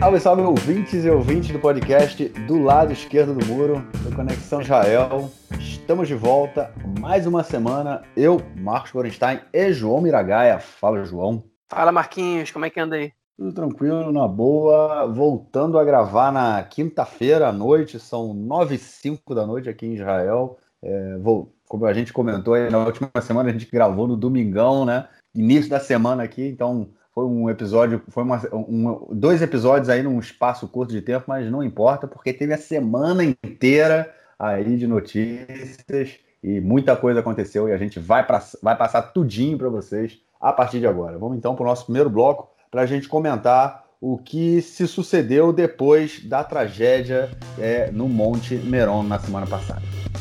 Salve, salve, ouvintes e ouvintes do podcast do lado esquerdo do muro, do Conexão Israel. Estamos de volta, mais uma semana. Eu, Marcos Gorenstein e João Miragaia. Fala, João. Fala, Marquinhos, como é que anda aí? Tudo tranquilo, na boa. Voltando a gravar na quinta-feira à noite, são 9h05 da noite aqui em Israel. Como a gente comentou aí na última semana, a gente gravou no domingão, né? Início da semana aqui, então foi um episódio, dois episódios aí num espaço curto de tempo, mas não importa, porque teve a semana inteira aí de notícias e muita coisa aconteceu e a gente vai passar tudinho para vocês a partir de agora. Vamos então para o nosso primeiro bloco para a gente comentar o que se sucedeu depois da tragédia no Monte Meron na semana passada.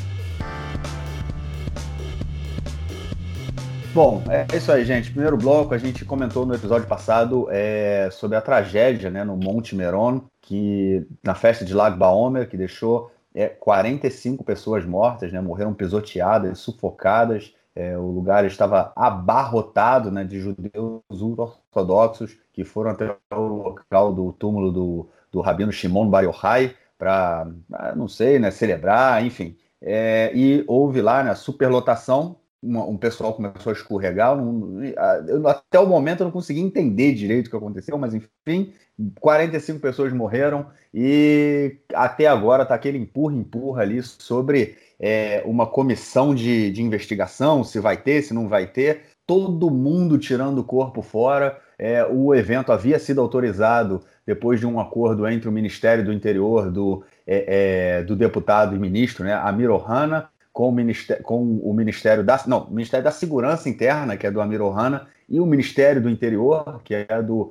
Bom, é isso aí, gente. Primeiro bloco, a gente comentou no episódio passado sobre a tragédia, né, no Monte Meron, que na festa de Lag BaOmer, que deixou 45 pessoas mortas, né, morreram pisoteadas, sufocadas. O lugar estava abarrotado, né, de judeus ortodoxos que foram até o local do túmulo do Rabino Shimon Bar Yochai para, não sei, né, celebrar, enfim. E houve lá, né, superlotação. Um pessoal começou a escorregar. Até o momento eu não consegui entender direito o que aconteceu, mas enfim, 45 pessoas morreram e até agora está aquele empurra ali sobre uma comissão de investigação, se vai ter, se não vai ter, todo mundo tirando o corpo fora. O evento havia sido autorizado depois de um acordo entre o Ministério do Interior do deputado e ministro, né, Amir Ohana, com o Ministério da Segurança Interna, que é do Amir Ohana, e o Ministério do Interior, que é do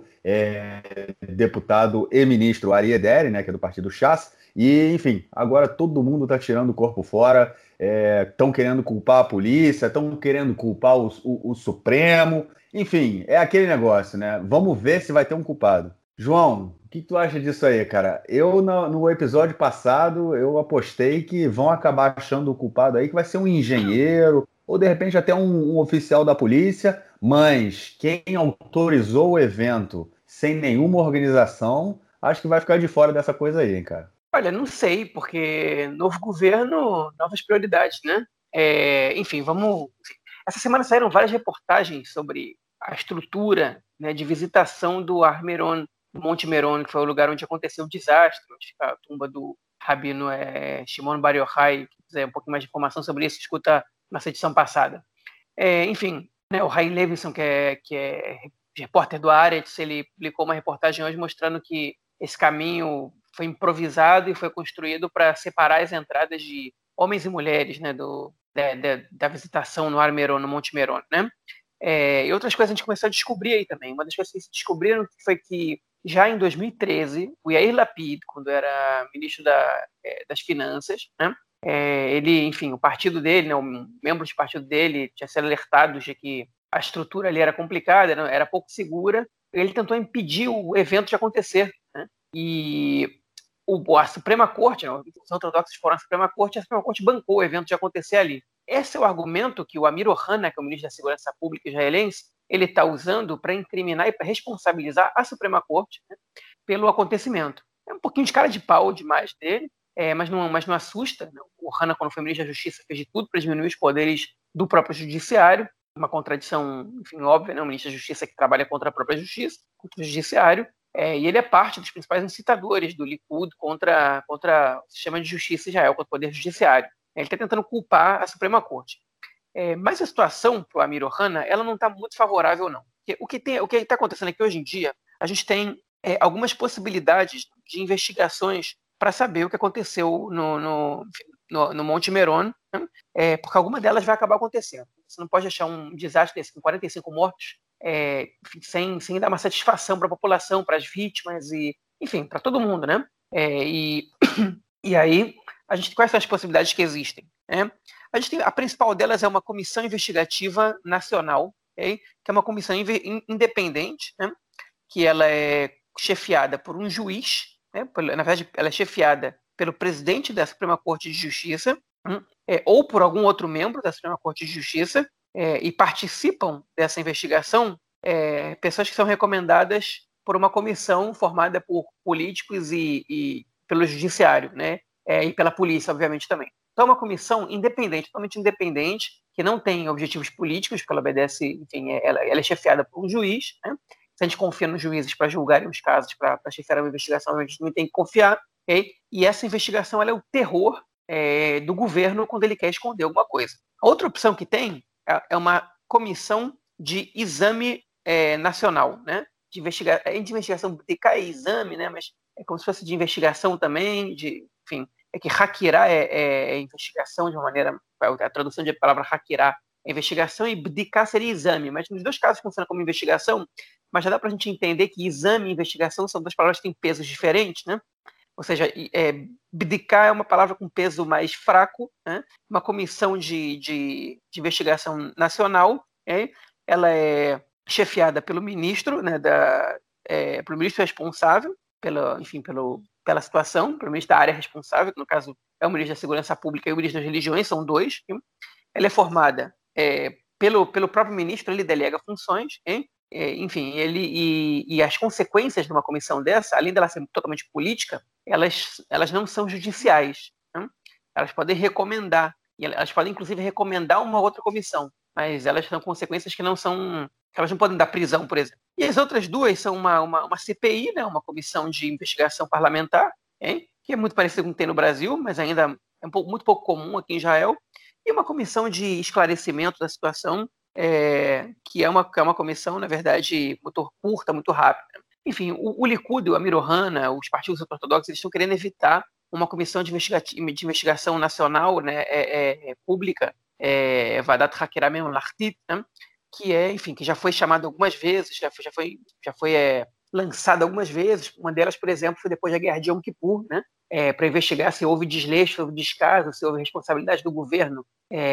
deputado e ministro Ari Ederi, né, que é do partido Shas. E, enfim, agora todo mundo está tirando o corpo fora, estão querendo culpar a polícia, estão querendo culpar o Supremo. Enfim, é aquele negócio, né? Vamos ver se vai ter um culpado. João, o que tu acha disso aí, cara? Eu, no episódio passado, eu apostei que vão acabar achando o culpado aí, que vai ser um engenheiro, ou de repente até um oficial da polícia, mas quem autorizou o evento sem nenhuma organização, acho que vai ficar de fora dessa coisa aí, hein, cara? Olha, não sei, porque novo governo, novas prioridades, né? Enfim, vamos... Essa semana saíram várias reportagens sobre a estrutura, né, de visitação do Har Meron, Monte Meron, que foi o lugar onde aconteceu o desastre, onde fica a tumba do Rabino Shimon Bar Yochai. Se quiser um pouquinho mais de informação sobre isso, escuta nossa edição passada. Enfim, né, o Rai Levinson, que é repórter do Haaretz, ele publicou uma reportagem hoje mostrando que esse caminho foi improvisado e foi construído para separar as entradas de homens e mulheres, né, da visitação no Har Meron, no Monte Meron, né? E outras coisas a gente começou a descobrir aí também. Uma das coisas que se descobriram foi que já em 2013, o Yair Lapid, quando era ministro das Finanças, né, ele, enfim, o partido dele, né, um membro de partido dele tinha sido alertado de que a estrutura ali era complicada, era pouco segura. Ele tentou impedir o evento de acontecer, né? E a Suprema Corte, né, os ortodoxos foram à Suprema Corte, e a Suprema Corte bancou o evento de acontecer ali. Esse é o argumento que o Amir Ohana, que é o ministro da Segurança Pública israelense, ele está usando para incriminar e para responsabilizar a Suprema Corte, né, pelo acontecimento. É um pouquinho de cara de pau demais dele, mas não assusta. Né? O Ohana, quando foi ministro da Justiça, fez de tudo para diminuir os poderes do próprio judiciário, uma contradição, enfim, óbvia, né? Um ministro da Justiça que trabalha contra a própria justiça, contra o judiciário, e ele é parte dos principais incitadores do Likud contra o sistema de justiça de Israel, contra o poder judiciário. Ele está tentando culpar a Suprema Corte. Mas a situação para o Amir Ohana, ela não está muito favorável, não. O que está acontecendo é que hoje em dia a gente tem algumas possibilidades de investigações para saber o que aconteceu no Monte Meron, né? Porque alguma delas vai acabar acontecendo. Você não pode achar um desastre desse com 45 mortos sem dar uma satisfação para a população, para as vítimas e, enfim, para todo mundo, né? E aí, quais são as possibilidades que existem? Né? A principal delas é uma comissão investigativa nacional, okay? Que é uma comissão independente, né? Que ela é chefiada por um juiz, né? Na verdade, ela é chefiada pelo presidente da Suprema Corte de Justiça, ou por algum outro membro da Suprema Corte de Justiça, e participam dessa investigação pessoas que são recomendadas por uma comissão formada por políticos e pelo judiciário, né? E pela polícia, obviamente, também. Então, é uma comissão independente, totalmente independente, que não tem objetivos políticos, porque ela obedece, enfim, ela é chefiada por um juiz, né? Se a gente confia nos juízes para julgarem os casos, para chefiar uma investigação, a gente também tem que confiar, okay? E essa investigação ela é o terror do governo quando ele quer esconder alguma coisa. A outra opção que tem é uma comissão de exame nacional, né? De investigação, de exame, né? Mas é como se fosse de investigação também, enfim, que hackear é investigação de uma maneira, a tradução da palavra hackear é investigação e bdicar seria exame, mas nos dois casos funciona como investigação, mas já dá para a gente entender que exame e investigação são duas palavras que têm pesos diferentes, né? Ou seja, bdicar é uma palavra com peso mais fraco, né? Uma comissão de investigação nacional, ela é chefiada pelo ministro, né, pelo ministro responsável pela situação, pelo ministro da área responsável, que no caso é o ministro da Segurança Pública e o ministro das Religiões, são dois. Ela é formada pelo próprio ministro, ele delega funções, enfim, e as consequências de uma comissão dessa, além dela ser totalmente política, elas não são judiciais. Né? Elas podem recomendar, e elas podem inclusive recomendar uma outra comissão, mas elas são consequências que não são, elas não podem dar prisão, por exemplo. E as outras duas são uma CPI, né, uma comissão de investigação parlamentar, que é muito parecido com o que tem no Brasil, mas ainda é muito pouco comum aqui em Israel, e uma comissão de esclarecimento da situação, que é uma comissão, na verdade, muito curta, muito rápida. Enfim, o Likud, o Amir Ohana, os partidos ortodoxos, eles estão querendo evitar uma comissão de investigação nacional, né, pública, Vadat Hakerah Memlartit, né, que já foi chamada algumas vezes, já foi lançada algumas vezes. Uma delas, por exemplo, foi depois da Guerra de Yom Kippur, né, para investigar se houve desleixo, se houve descaso, se houve responsabilidade do governo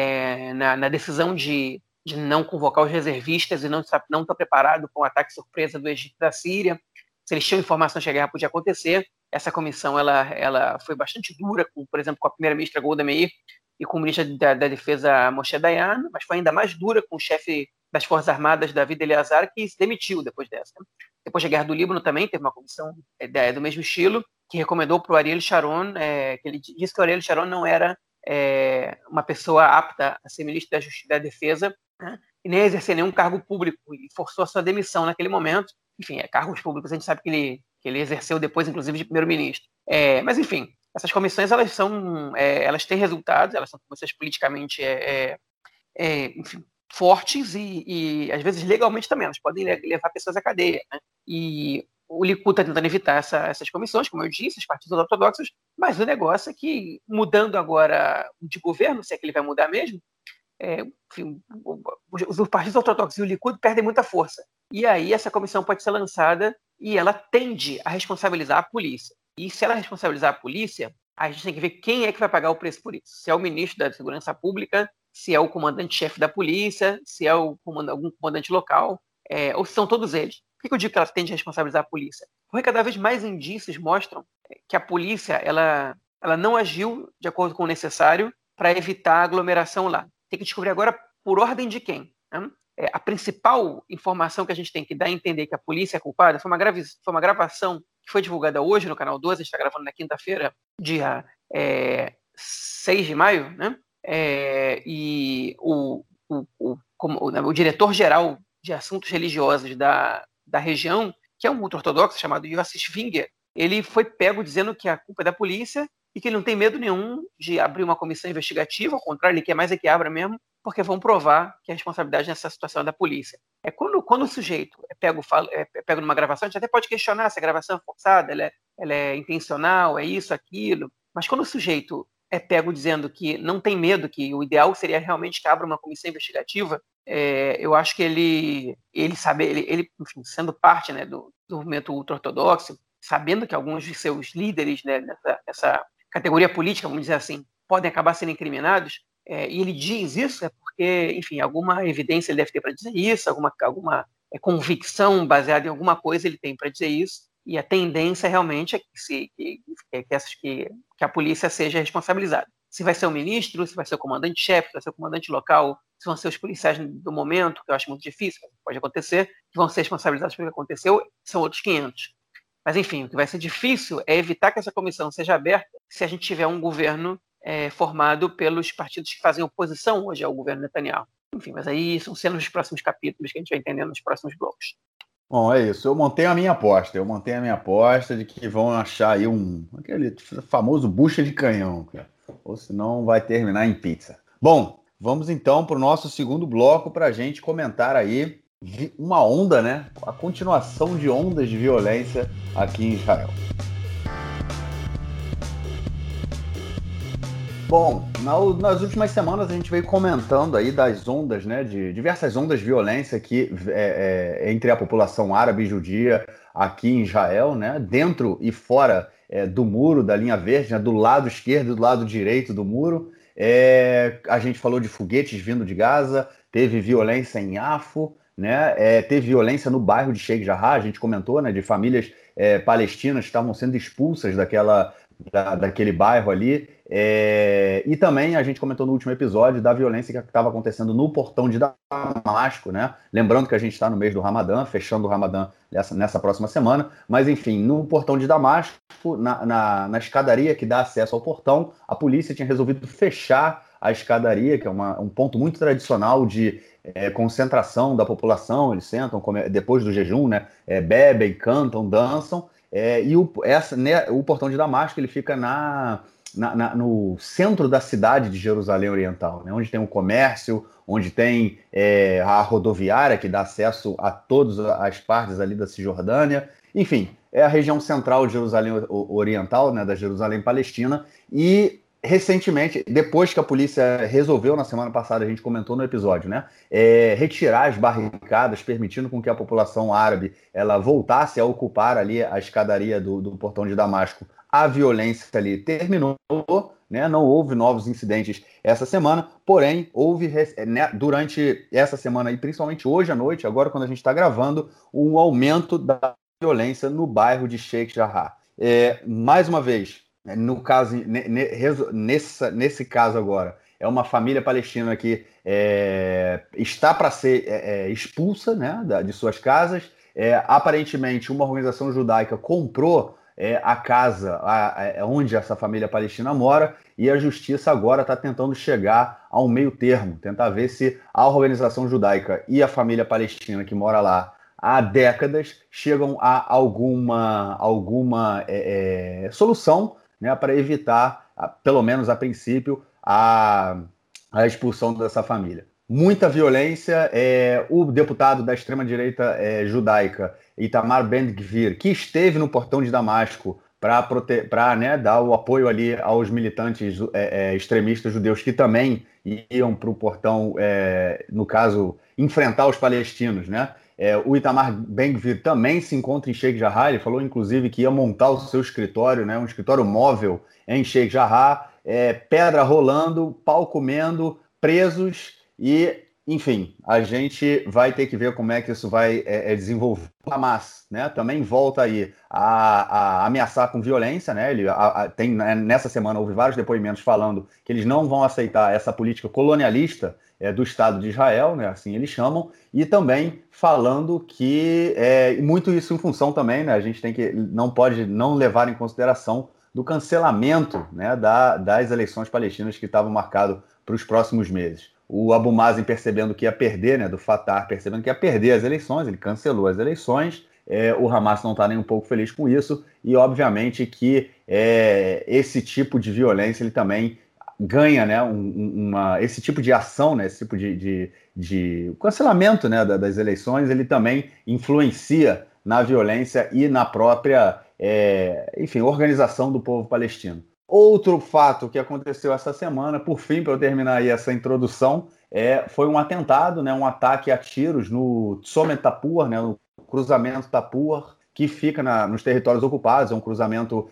na decisão de não convocar os reservistas e não estar preparado para um ataque surpresa do Egito e da Síria, se eles tinham informações que a guerra podia acontecer. Essa comissão ela foi bastante dura, por exemplo, com a primeira-ministra Golda Meir e com o ministro da Defesa Moshe Dayan, mas foi ainda mais dura com o chefe das Forças Armadas, David Eleazar, que se demitiu depois dessa. Depois da Guerra do Líbano também teve uma comissão do mesmo estilo, que recomendou para o Ariel Sharon, que ele disse que o Ariel Sharon não era uma pessoa apta a ser ministro da Justiça e da Defesa, né, e nem a exercer nenhum cargo público, e forçou a sua demissão naquele momento. Enfim, cargos públicos a gente sabe que ele exerceu depois, inclusive, de primeiro-ministro. Mas, enfim, essas comissões elas têm resultados, elas são comissões politicamente enfim, fortes e, às vezes, legalmente também. Elas podem levar pessoas à cadeia. Né? E o Likud está tentando evitar essas comissões, como eu disse, os partidos ortodoxos, mas o negócio é que, mudando agora de governo, se é que ele vai mudar mesmo, enfim, os partidos ortodoxos e o Likud perdem muita força. E aí essa comissão pode ser lançada e ela tende a responsabilizar a polícia. E se ela responsabilizar a polícia, a gente tem que ver quem é que vai pagar o preço por isso. Se é o ministro da Segurança Pública, se é o comandante-chefe da polícia, se é algum comandante local, ou se são todos eles. Por que eu digo que ela tende a responsabilizar a polícia? Porque cada vez mais indícios mostram que a polícia ela não agiu de acordo com o necessário para evitar a aglomeração lá. Tem que descobrir agora por ordem de quem. Né? A principal informação que a gente tem que dar a entender que a polícia é culpada foi uma gravação que foi divulgada hoje no Canal 12, a gente está gravando na quinta-feira, dia 6 de maio, né? E o diretor-geral de assuntos religiosos da região, que é um ultra-ortodoxo chamado Yossi Schwinger, ele foi pego dizendo que a culpa é da polícia e que ele não tem medo nenhum de abrir uma comissão investigativa, ao contrário, ele quer mais que abra mesmo, porque vão provar que a responsabilidade nessa situação é da polícia. Quando o sujeito é pego numa gravação, a gente até pode questionar se a gravação é forçada, ela é intencional, é isso, aquilo, mas quando o sujeito é pego dizendo que não tem medo, que o ideal seria realmente que abra uma comissão investigativa, eu acho que ele enfim, sendo parte, né, do movimento ultra-ortodoxo, sabendo que alguns de seus líderes, né, nessa categoria política, vamos dizer assim, podem acabar sendo incriminados, e ele diz isso, é porque, enfim, alguma evidência ele deve ter para dizer isso, alguma convicção baseada em alguma coisa ele tem para dizer isso, e a tendência realmente é que a polícia seja responsabilizada. Se vai ser o ministro, se vai ser o comandante-chefe, se vai ser o comandante local, se vão ser os policiais do momento, que eu acho muito difícil, pode acontecer, que vão ser responsabilizados pelo que aconteceu, são outros 500. Mas, enfim, o que vai ser difícil é evitar que essa comissão seja aberta se a gente tiver um governo formado pelos partidos que fazem oposição hoje ao governo Netanyahu. Enfim, mas aí são cenas dos próximos capítulos que a gente vai entendendo nos próximos blocos. Bom, é isso. Eu montei a minha aposta de que vão achar aí aquele famoso bucha de canhão, cara. Ou senão vai terminar em pizza. Bom, vamos então para o nosso segundo bloco para a gente comentar aí uma onda, né? A continuação de ondas de violência aqui em Israel. Bom, nas últimas semanas a gente veio comentando aí das ondas, né, de diversas ondas de violência aqui entre a população árabe e judia aqui em Israel, né, dentro e fora do muro, da linha verde, né, do lado esquerdo e do lado direito do muro. A gente falou de foguetes vindo de Gaza, teve violência em Yafo, né, teve violência no bairro de Sheikh Jarrah, a gente comentou, né, de famílias palestinas que estavam sendo expulsas daquele bairro ali. E também a gente comentou no último episódio da violência que estava acontecendo no portão de Damasco, né? Lembrando que a gente está no mês do Ramadã, fechando o Ramadã nessa próxima semana, mas enfim, no portão de Damasco, na escadaria que dá acesso ao portão, a polícia tinha resolvido fechar a escadaria, que é um ponto muito tradicional de concentração da população. Eles sentam depois do jejum, né? Bebem, cantam, dançam. O portão de Damasco ele fica no centro da cidade de Jerusalém Oriental, né, onde tem o comércio, onde tem a rodoviária que dá acesso a todas as partes ali da Cisjordânia. Enfim, é a região central de Jerusalém Oriental, né, da Jerusalém Palestina. E recentemente, depois que a polícia resolveu, na semana passada, a gente comentou no episódio, né, retirar as barricadas, permitindo com que a população árabe ela voltasse a ocupar ali a escadaria do portão de Damasco, a violência ali terminou, né, não houve novos incidentes essa semana, porém, houve durante essa semana e principalmente hoje à noite, agora quando a gente está gravando, um aumento da violência no bairro de Sheikh Jarrah. Mais uma vez, no caso, nesse caso agora, é uma família palestina que está para ser expulsa, né, de suas casas. Aparentemente, uma organização judaica comprou a casa onde essa família palestina mora, e a justiça agora está tentando chegar a um meio termo, tentar ver se a organização judaica e a família palestina que mora lá há décadas chegam a alguma solução, né, para evitar, pelo menos a princípio, a expulsão dessa família. Muita violência. O deputado da extrema-direita judaica, Itamar Ben-Gvir, que esteve no portão de Damasco para né, dar o apoio ali aos militantes extremistas judeus que também iam para o portão, no caso, enfrentar os palestinos, né? O Itamar Ben-Gvir também se encontra em Sheikh Jarrah. Ele falou, inclusive, que ia montar o seu escritório, né, um escritório móvel em Sheikh Jarrah. Pedra rolando, pau comendo, presos e, enfim, a gente vai ter que ver como é que isso vai desenvolver. O Hamas, né, também volta aí a ameaçar com violência, né? Nessa semana houve vários depoimentos falando que eles não vão aceitar essa política colonialista do Estado de Israel, né, assim eles chamam, e também falando que muito isso em função também, né, a gente não pode não levar em consideração do cancelamento, né, das eleições palestinas que estavam marcadas para os próximos meses. O Abu Mazen percebendo que ia perder, né, do Fatah percebendo que ia perder as eleições, ele cancelou as eleições. O Hamas não está nem um pouco feliz com isso, e obviamente que esse tipo de violência ele também ganha, né, esse tipo de ação, né, esse tipo de cancelamento, né, das eleições, ele também influencia na violência e na própria organização do povo palestino. Outro fato que aconteceu essa semana, por fim, para eu terminar aí essa introdução, foi um atentado, né, um ataque a tiros no Tzomet Tappuah, né, no cruzamento Tappuah, que fica nos territórios ocupados. É um cruzamento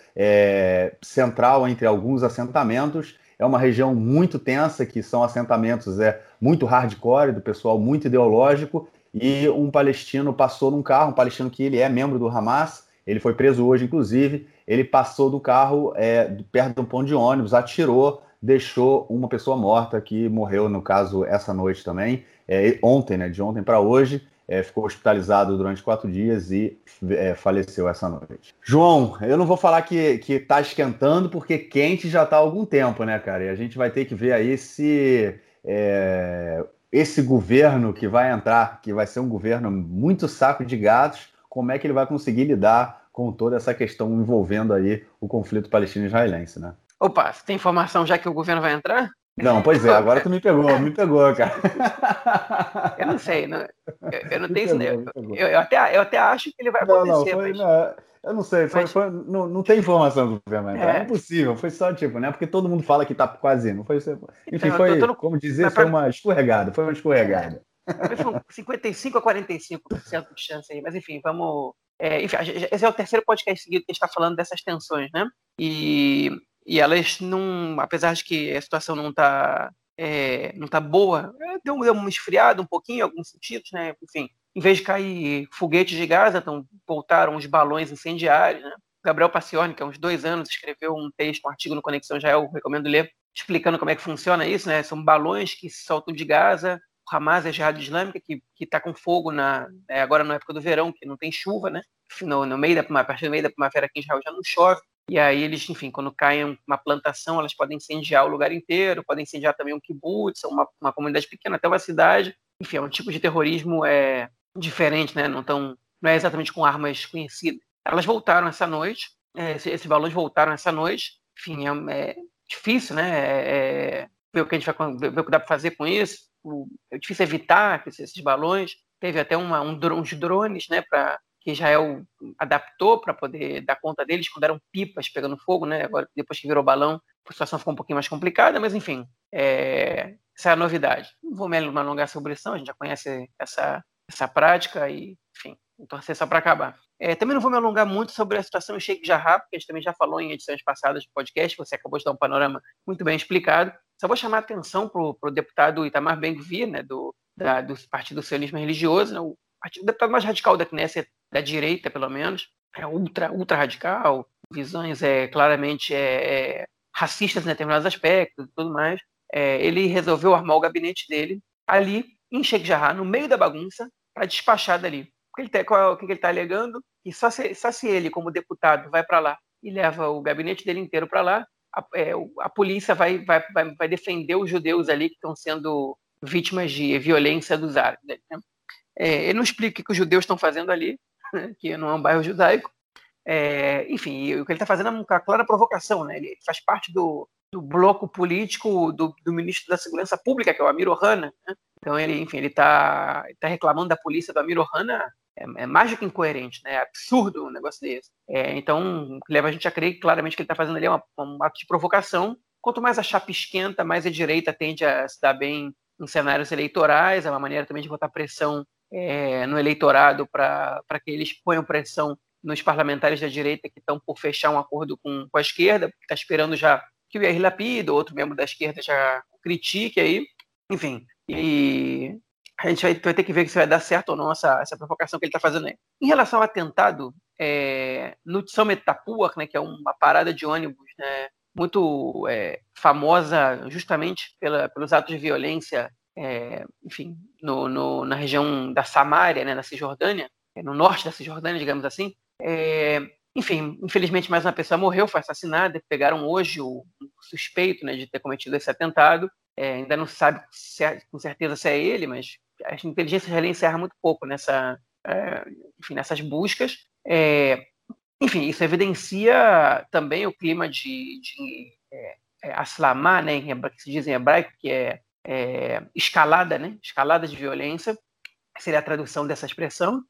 central entre alguns assentamentos. É uma região muito tensa, que são assentamentos muito hardcore, do pessoal muito ideológico, e um palestino passou num carro, um palestino que ele é membro do Hamas, ele foi preso hoje, inclusive. Ele passou do carro perto de um ponto de ônibus, atirou deixou uma pessoa morta que morreu, no caso, essa noite também, ontem, né, de ontem para hoje, ficou hospitalizado durante 4 dias e faleceu essa noite. João, eu não vou falar que tá esquentando, porque quente já tá há algum tempo, né, cara? E a gente vai ter que ver aí se esse governo que vai entrar, que vai ser um governo muito saco de gatos, como é que ele vai conseguir lidar com toda essa questão envolvendo aí o conflito palestino-israelense, né? Opa, você tem informação já que o governo vai entrar? Não, pois é, agora tu me pegou, cara. Eu não sei, eu não Me tenho isso. pegou, me pegou. Eu até acho que ele vai Não, acontecer, foi, não, eu não sei, mas não tem informação que o governo vai entrar, é é, impossível, foi só tipo, né? Porque todo mundo fala que tá quase indo, enfim, então, eu tô no, como dizer, mas pra, foi uma escorregada. pra mim foi 55 a 45% de chance aí, mas enfim, vamos. Enfim, esse é o terceiro podcast seguido que a gente está falando dessas tensões, né? E elas não, apesar de que a situação não tá boa, deu uma esfriada um pouquinho em alguns sentidos, né? Enfim, em vez de cair foguetes de Gaza, então voltaram os balões incendiários, né? Gabriel Paciorni, que há uns 2 anos escreveu um texto, um artigo no Conexão Israel, recomendo ler, explicando como é que funciona isso, né? São balões que se soltam de Gaza. O Hamas é a Jihad Islâmica, que está com fogo agora na época do verão, que não tem chuva, né? No meio da primavera, a partir do meio da primavera aqui em Israel já não chove. E aí eles, enfim, quando caem uma plantação, elas podem incendiar o lugar inteiro, podem incendiar também um kibbutz, uma comunidade pequena, até uma cidade. Enfim, é um tipo de terrorismo diferente, né? Não é exatamente com armas conhecidas. Elas voltaram essa noite, esses balões voltaram essa noite. Enfim, é difícil, né? Ver o que a gente vai ver o que dá para fazer com isso. É difícil evitar esses balões. Teve até uns drones, né, que Israel adaptou para poder dar conta deles quando eram pipas pegando fogo, né? Agora, depois que virou balão, a situação ficou um pouquinho mais complicada, mas enfim, essa é a novidade. Não vou me alongar sobre isso, não, a gente já conhece essa prática e, enfim, vou torcer só para acabar. Também não vou me alongar muito sobre a situação em Sheikh Jarrah, porque a gente também já falou em edições passadas do podcast, você acabou de dar um panorama muito bem explicado. Só vou chamar a atenção para o deputado Itamar Ben-Gvir, né, do Partido Sionismo Religioso, né, o deputado mais radical da Knesset, da direita, pelo menos, ultra radical, visões claramente racistas em determinados aspectos e tudo mais. Ele resolveu armar o gabinete dele ali, em Sheikh Jarrah, no meio da bagunça, para despachar dali. O que ele está alegando? Que só se ele, como deputado, vai para lá e leva o gabinete dele inteiro para lá, a polícia vai defender os judeus ali que estão sendo vítimas de violência dos árabes. Né? Ele não explica o que os judeus estão fazendo ali, né? Que não é um bairro judaico. Enfim, o que ele está fazendo é uma clara provocação. Né? Ele faz parte do bloco político do ministro da Segurança Pública, que é o Amir Ohana. Né? Então, ele está reclamando da polícia do Amir Ohana. É mais do que incoerente, né? É absurdo um negócio desse. Então, leva a gente a crer claramente que ele está fazendo ali um ato de provocação. Quanto mais a chapa esquenta, mais a direita tende a se dar bem em cenários eleitorais. É uma maneira também de botar pressão no eleitorado para que eles ponham pressão nos parlamentares da direita que estão por fechar um acordo com a esquerda, que está esperando já que o Yair Lapid, ou outro membro da esquerda, já critique aí. Enfim, e a gente vai ter que ver se vai dar certo ou não essa provocação que ele está fazendo aí. Em relação ao atentado, no Tzomet Tappuach, né, que é uma parada de ônibus, né, muito famosa justamente pelos atos de violência, enfim, na região da Samária, né, na Cisjordânia, no norte da Cisjordânia, digamos assim. Enfim, infelizmente mais uma pessoa morreu, foi assassinada. Pegaram hoje o suspeito, né, de ter cometido esse atentado. Ainda não se sabe com certeza se é ele, mas a inteligência israelense erra muito pouco nessas buscas. Enfim, isso evidencia também o clima de aslamá, né, que se diz em hebraico, que é escalada, né, escalada de violência, seria a tradução dessa expressão.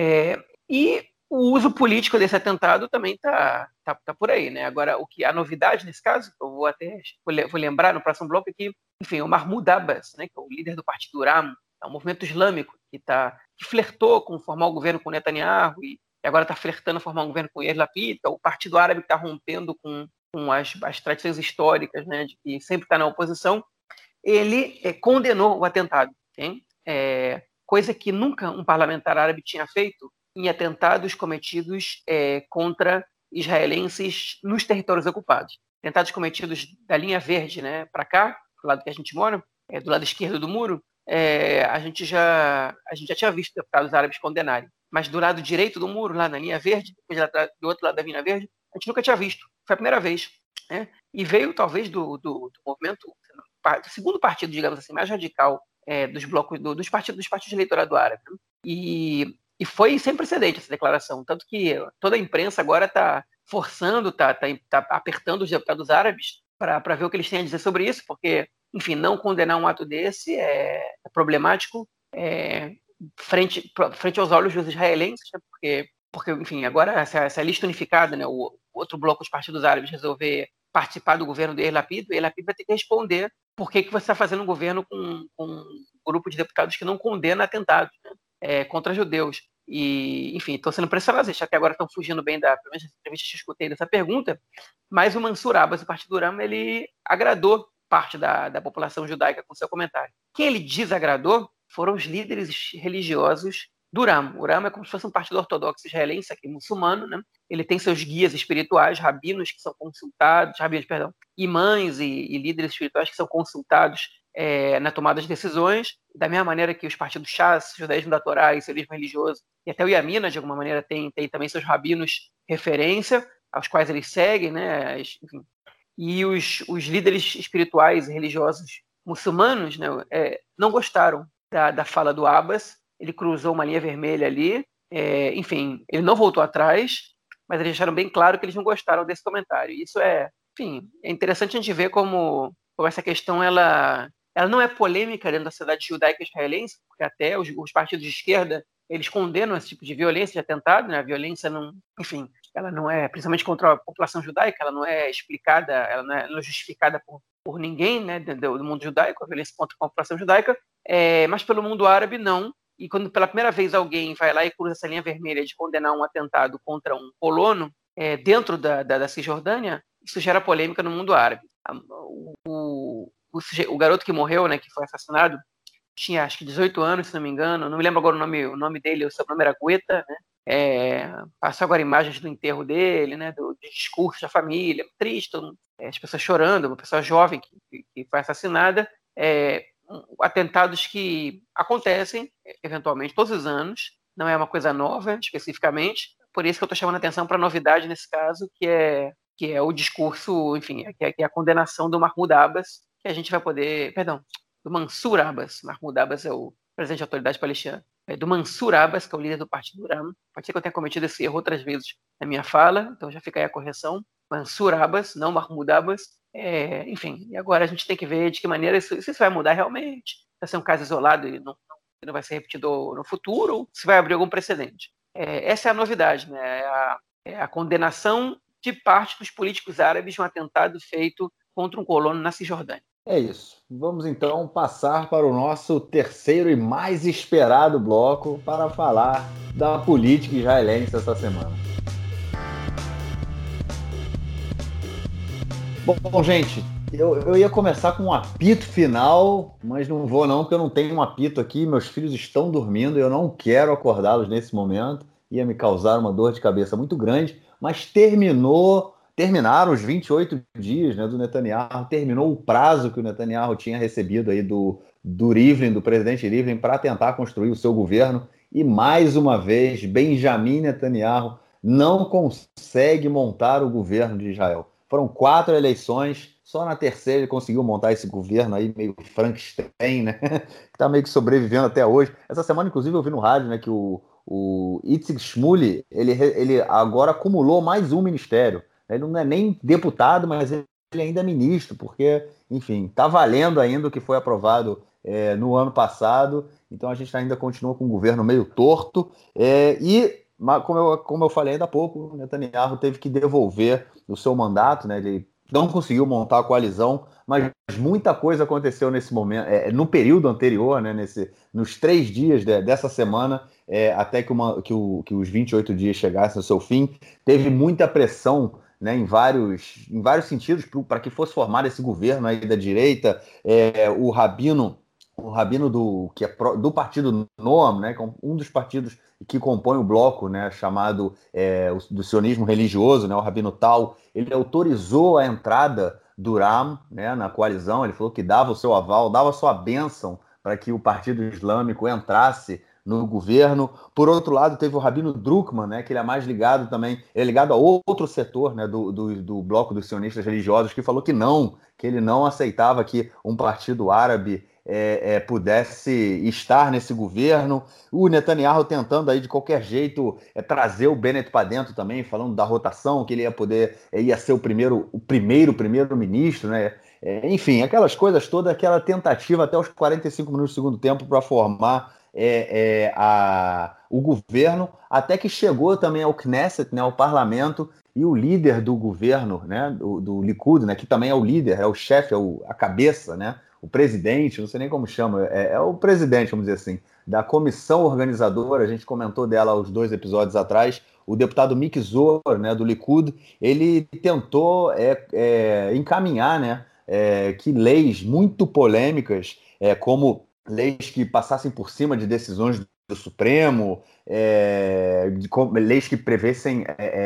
E o uso político desse atentado também tá por aí, né? Agora, a novidade nesse caso, eu vou lembrar no próximo bloco, é que, enfim, o Mahmoud Abbas, né, que é o líder do Partido Ram, é um movimento islâmico que flertou com formar o governo com Netanyahu e agora está flertando formar um governo com Yair Lapid, é o Partido Árabe que está rompendo com as tradições históricas, né, de que sempre está na oposição. Ele condenou o atentado, okay? Coisa que nunca um parlamentar árabe tinha feito em atentados cometidos contra israelenses nos territórios ocupados. atentados cometidos da linha verde, né, para cá, do lado que a gente mora, do lado esquerdo do muro, a gente já tinha visto deputados árabes condenarem. Mas do lado direito do muro, lá na linha verde, do outro lado da linha verde, a gente nunca tinha visto. Foi a primeira vez. Né? E veio, talvez, do movimento, do segundo partido, digamos assim, mais radical dos blocos, dos partidos de eleitorado árabe. Né? E foi sem precedente essa declaração. Tanto que toda a imprensa agora está forçando, está apertando os deputados árabes para ver o que eles têm a dizer sobre isso, porque, enfim, não condenar um ato desse é problemático frente aos olhos dos israelenses, né? Porque, enfim, agora essa lista unificada, né, o outro bloco dos partidos árabes resolver participar do governo do Yair Lapid, o Yair Lapid vai ter que responder por que você está fazendo um governo com um grupo de deputados que não condena atentados, né, contra judeus. E, enfim, estão sendo pressionados, até agora estão fugindo bem pelo menos da entrevista que eu escutei dessa pergunta, mas o Mansur Abbas, do Partido Rama, ele agradou parte da população judaica com seu comentário. Quem ele desagradou foram os líderes religiosos do Rama. O Rama é como se fosse um partido ortodoxo israelense, aqui muçulmano, né? Ele tem seus guias espirituais, rabinos que são consultados, imãs e líderes espirituais que são consultados na tomada de decisões, da mesma maneira que os partidos Shas, Judaísmo da Torá e Sionismo religioso, e até o Yamina, de alguma maneira, tem também seus rabinos referência, aos quais eles seguem, né? Enfim. E os líderes espirituais e religiosos muçulmanos, né, não gostaram da fala do Abbas. Ele cruzou uma linha vermelha ali, enfim, ele não voltou atrás, mas eles deixaram bem claro que eles não gostaram desse comentário. Isso enfim, é interessante a gente ver como essa questão ela não é polêmica dentro da sociedade judaica israelense, porque até os partidos de esquerda eles condenam esse tipo de violência, de atentado, né? A violência não, enfim, ela não é, principalmente contra a população judaica, ela não é explicada, ela não é justificada por ninguém, né, do mundo judaico, a violência contra a população judaica, mas pelo mundo árabe não. E quando pela primeira vez alguém vai lá e cruza essa linha vermelha de condenar um atentado contra um colono dentro da Cisjordânia, isso gera polêmica no mundo árabe. O garoto que morreu, né, que foi assassinado, tinha acho que 18 anos, se não me engano, não me lembro agora o nome dele, o sobrenome era Guetta, né? Passou agora imagens do enterro dele, né, do discurso da família, triste, as pessoas chorando, uma pessoa jovem que foi assassinada, atentados que acontecem eventualmente todos os anos, não é uma coisa nova especificamente, por isso que eu estou chamando a atenção para a novidade nesse caso, que é o discurso, enfim, que é a condenação do Mahmoud Abbas, que a gente vai poder, perdão, do Mansur Abbas. Mahmoud Abbas é o presidente da autoridade palestina. Do Mansur Abbas, que é o líder do Partido Rama. Pode ser que eu tenha cometido esse erro outras vezes na minha fala, então já fica aí a correção. Mansur Abbas, não Mahmoud Abbas. Enfim, e agora a gente tem que ver de que maneira isso vai mudar realmente. Vai ser um caso isolado e não vai ser repetido no futuro, ou se vai abrir algum precedente. Essa é a novidade, né? A condenação de parte dos políticos árabes de um atentado feito contra um colono na Cisjordânia. É isso. Vamos então passar para o nosso terceiro e mais esperado bloco para falar da política israelense essa semana. Bom, gente, eu ia começar com um apito final, mas não vou não, porque eu não tenho um apito aqui, meus filhos estão dormindo e eu não quero acordá-los nesse momento, ia me causar uma dor de cabeça muito grande, mas terminaram os 28 dias, né, do Netanyahu, terminou o prazo que o Netanyahu tinha recebido aí do Rivlin, do presidente Rivlin, para tentar construir o seu governo, e mais uma vez, Benjamin Netanyahu não consegue montar o governo de Israel. Foram 4 eleições, só na terceira ele conseguiu montar esse governo aí meio Frankenstein, né? Que está meio que sobrevivendo até hoje. Essa semana, inclusive, eu vi no rádio, né, que o Itzik Shmuli, ele agora acumulou mais um ministério. Ele não é nem deputado, mas ele ainda é ministro, porque, enfim, está valendo ainda o que foi aprovado no ano passado. Então a gente ainda continua com um governo meio torto. Como eu falei ainda há pouco, o Netanyahu teve que devolver o seu mandato, né? Ele não conseguiu montar a coalizão, mas muita coisa aconteceu nesse momento, no período anterior, né? Nos 3 dias dessa semana, até que os 28 dias chegassem ao seu fim. Teve muita pressão, né, em vários sentidos para que fosse formado esse governo aí da direita. O rabino o rabino do partido Noam, né, que é um dos partidos que compõe o bloco, né, chamado do sionismo religioso, né, o rabino Tal, ele autorizou a entrada do Ram, né, na coalizão. Ele falou que dava o seu aval, dava a sua bênção para que o Partido Islâmico entrasse no governo. Por outro lado, teve o rabino Druckmann, né, que ele é mais ligado também, ele é ligado a outro setor, né, do bloco dos sionistas religiosos, que falou que ele não aceitava que um partido árabe pudesse estar nesse governo. O Netanyahu tentando aí de qualquer jeito trazer o Bennett para dentro também, falando da rotação, que ele ia ser o primeiro-ministro, né? Enfim, aquelas coisas todas, aquela tentativa até os 45 minutos do segundo tempo para formar o governo, até que chegou também ao Knesset, né, ao parlamento, e o líder do governo, né, do Likud, né, que também é o líder, é o chefe, a cabeça, né, o presidente, não sei nem como chama, é o presidente, vamos dizer assim, da comissão organizadora. A gente comentou dela os 2 episódios atrás, o deputado Miki Zor, né, do Likud. Ele tentou encaminhar, né, que leis muito polêmicas, como leis que passassem por cima de decisões do Supremo, leis que prevessem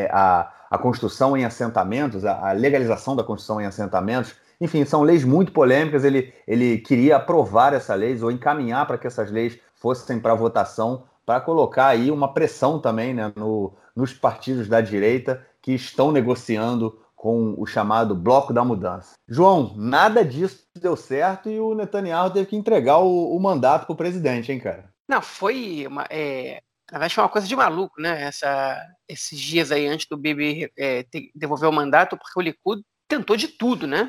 a construção em assentamentos, a legalização da construção em assentamentos. Enfim, são leis muito polêmicas. Ele queria aprovar essas leis ou encaminhar para que essas leis fossem para votação, para colocar aí uma pressão também, né, nos partidos da direita que estão negociando com o chamado Bloco da Mudança. João, nada disso deu certo e o Netanyahu teve que entregar o mandato para o presidente, hein, cara? Não, foi na verdade, foi uma coisa de maluco, né? Esses dias aí antes do Bibi devolver o mandato, porque o Likud tentou de tudo, né?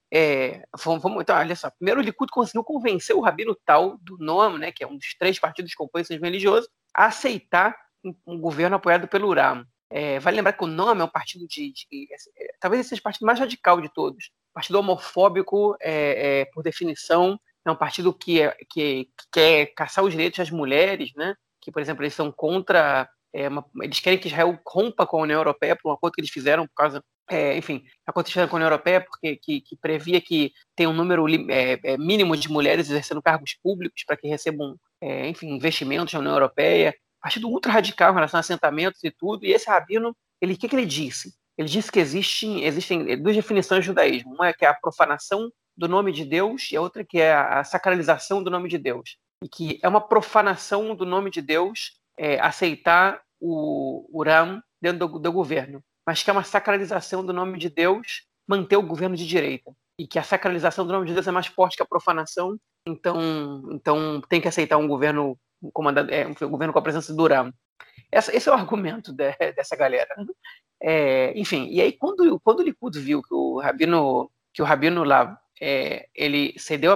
Então, olha só. Primeiro, o Likud conseguiu convencer o rabino Tal, do Noam, né, que é um dos 3 partidos que compõem o sionismo religioso, a aceitar um governo apoiado pelo Uram. Vale lembrar que o Noam é um partido talvez esse seja o partido mais radical de todos. Partido homofóbico, por definição. É um partido que quer caçar os direitos das mulheres, né? Que, por exemplo, eles são contra... eles querem que Israel rompa com a União Europeia por um acordo que eles fizeram por causa... enfim, acontecer com a União Europeia, porque que previa que tem um número mínimo de mulheres exercendo cargos públicos para que recebam, enfim, investimentos na União Europeia. Partido ultra radical em relação a assentamentos e tudo. E esse rabino, o que ele disse? Ele disse que existem 2 definições do judaísmo. Uma é que é a profanação do nome de Deus e a outra que é a sacralização do nome de Deus. E que é uma profanação do nome de Deus aceitar o Uram dentro do governo, mas que é uma sacralização do nome de Deus manter o governo de direita. E que a sacralização do nome de Deus é mais forte que a profanação, então tem que aceitar um governo comandado, um governo com a presença do Uram. Esse é o argumento dessa galera. Enfim, e aí quando o Likud viu que o rabino lá ele cedeu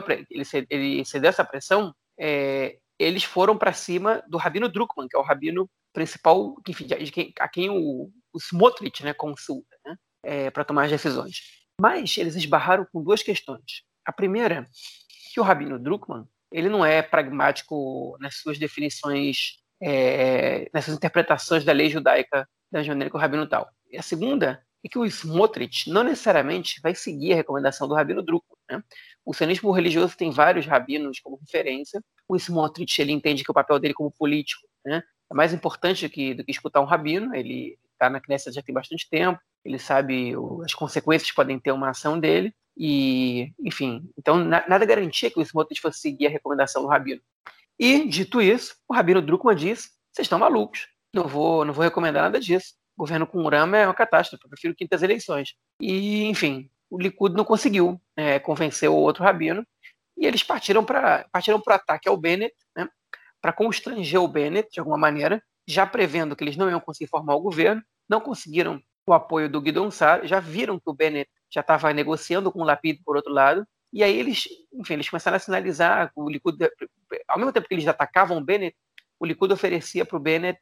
essa pressão, eles foram para cima do rabino Druckmann, que é o rabino principal, enfim, a quem o Smotrich, né, consulta, né, para tomar as decisões. Mas eles esbarraram com 2 questões. A primeira, que o rabino Druckmann ele não é pragmático nas suas definições, nas suas interpretações da lei judaica da maneira que o rabino tal. E a segunda é que o Smotrich não necessariamente vai seguir a recomendação do rabino Druckmann, né? O sionismo religioso tem vários rabinos como referência. O Smotrich ele entende que o papel dele como político, né, é mais importante do que escutar um rabino. Ele está na Knesset já tem bastante tempo, ele sabe as consequências que podem ter uma ação dele. E, enfim, então nada garantia que o Smotrich fosse seguir a recomendação do rabino. E, dito isso, o rabino Druckmann disse: vocês estão malucos, não vou recomendar nada disso. O governo com Uram é uma catástrofe, eu prefiro quintas eleições. E, enfim, o Likud não conseguiu convencer o outro rabino, e eles partiram para o ataque ao Bennett, né, para constranger o Bennett de alguma maneira, já prevendo que eles não iam conseguir formar o governo. Não conseguiram o apoio do Guidon Saar, já viram que o Bennett já estava negociando com o Lapid por outro lado, e aí eles começaram a sinalizar. O Likud, ao mesmo tempo que eles atacavam o Bennett, o Likud oferecia para o Bennett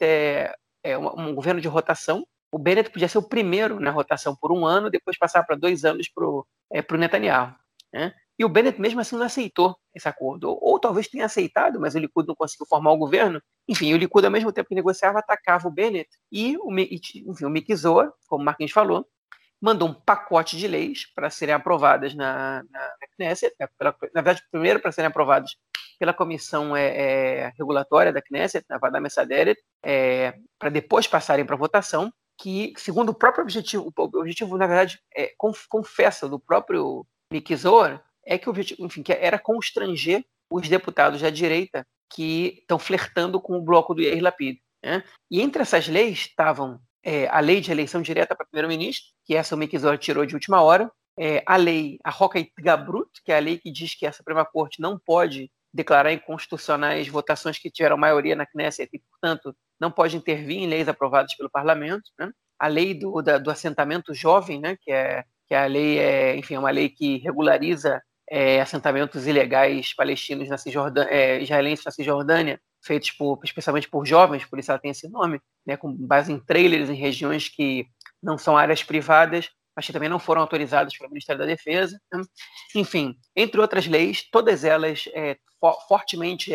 um governo de rotação. O Bennett podia ser o primeiro na rotação por 1 ano, depois passar para 2 anos para o Netanyahu, né? E o Bennett mesmo assim não aceitou esse acordo, ou talvez tenha aceitado, mas o Likud não conseguiu formar o governo. Enfim, o Likud, ao mesmo tempo que negociava, atacava o Bennett, e o Miki Zohar, como o Marquinhos falou, mandou um pacote de leis para serem aprovadas na Knesset, na verdade, primeiro para serem aprovadas pela comissão regulatória da Knesset, na Vada Mesaderet, para depois passarem para votação, que, segundo o próprio objetivo, o objetivo, na verdade, confessa do próprio Miki Zohar, que o objetivo, enfim, que era constranger os deputados da direita que estão flertando com o bloco do Yair Lapid, né? E entre essas leis estavam a lei de eleição direta para primeiro-ministro, que essa o Miki Zohar tirou de última hora, a lei, a Roca Gabrut, que é a lei que diz que a Suprema Corte não pode declarar inconstitucionais votações que tiveram maioria na Knesset e, portanto, não pode intervir em leis aprovadas pelo parlamento, né? A lei do assentamento jovem, né? que é a lei, enfim, é uma lei que regulariza assentamentos ilegais palestinos israelenses na Cisjordânia, feitos especialmente por jovens, por isso ela tem esse nome, né? Com base em trailers em regiões que não são áreas privadas, mas que também não foram autorizadas pelo Ministério da Defesa, né? Enfim, entre outras leis, todas elas fortemente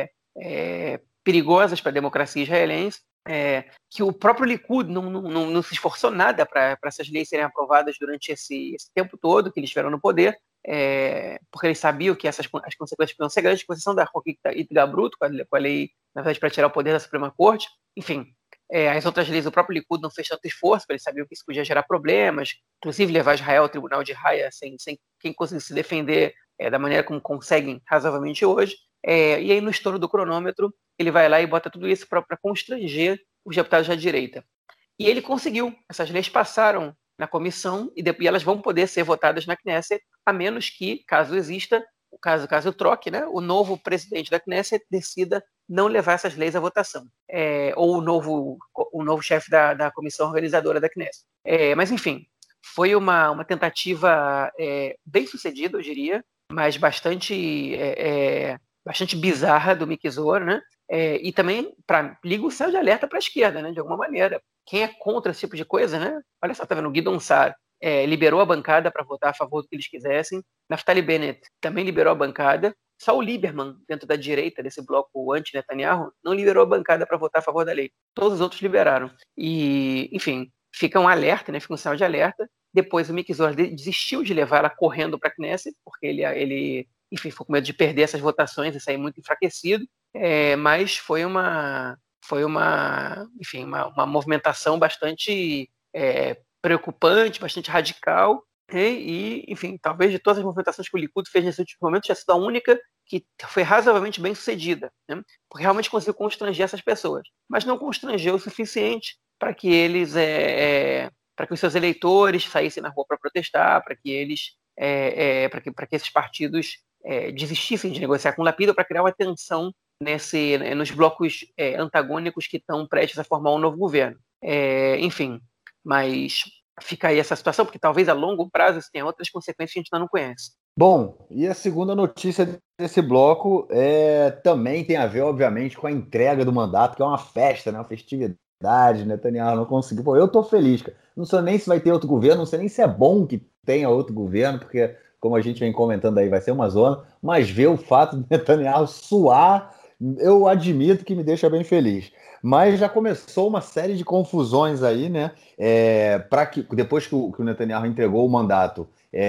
perigosas para a democracia israelense, que o próprio Likud não se esforçou nada para essas leis serem aprovadas durante esse tempo todo que eles estiveram no poder, porque eles sabiam que as consequências podiam ser grandes, com exceção da Roquita Gabrut, com a lei, na verdade, para tirar o poder da Suprema Corte. Enfim, as outras leis, o próprio Likud não fez tanto esforço, porque eles sabiam que isso podia gerar problemas, inclusive levar Israel ao tribunal de Haia sem quem conseguisse se defender da maneira como conseguem razoavelmente hoje. E aí, no estouro do cronômetro, ele vai lá e bota tudo isso para constranger os deputados da direita. E ele conseguiu. Essas leis passaram na comissão e elas vão poder ser votadas na Knesset, a menos que, caso exista, caso troque, né, o novo presidente da Knesset decida não levar essas leis à votação, ou o novo chefe da comissão organizadora da Knesset. Mas, enfim, foi uma tentativa bem sucedida, eu diria, mas bastante bizarra do Miki Zohar, né? E também liga o céu de alerta para a esquerda, né? De alguma maneira. Quem é contra esse tipo de coisa, né? Olha só, tá vendo? O Guidon Saar liberou a bancada para votar a favor do que eles quisessem. Naftali Bennett também liberou a bancada. Só o Lieberman, dentro da direita desse bloco anti-Netanyahu, não liberou a bancada para votar a favor da lei. Todos os outros liberaram. E, enfim, fica um alerta, né? Fica um sinal de alerta. Depois o Miki Zohar desistiu de levar ela correndo para a Knesset, porque ele enfim, ficou com medo de perder essas votações e sair muito enfraquecido. Mas foi uma movimentação bastante preocupante, bastante radical, e, enfim, talvez de todas as movimentações que o Likud fez nesse último momento, tinha sido a única que foi razoavelmente bem sucedida, né? Porque realmente conseguiu constranger essas pessoas, mas não constrangeu o suficiente para que eles, para que os seus eleitores saíssem na rua para protestar, para que eles, para que esses partidos desistissem de negociar com o Lapid, para criar uma tensão nos blocos antagônicos que estão prestes a formar um novo governo. Enfim, mas fica aí essa situação, porque talvez a longo prazo isso tenha outras consequências que a gente ainda não conhece. Bom, e a segunda notícia desse bloco também tem a ver, obviamente, com a entrega do mandato, que é uma festa, né? Uma festividade. Netanyahu não conseguiu. Pô, eu tô feliz, cara. Não sei nem se vai ter outro governo, não sei nem se é bom que tenha outro governo, porque, como a gente vem comentando aí, vai ser uma zona, mas ver o fato de Netanyahu suar, eu admito que me deixa bem feliz. Mas já começou uma série de confusões aí, né? Depois que o Netanyahu entregou o mandato,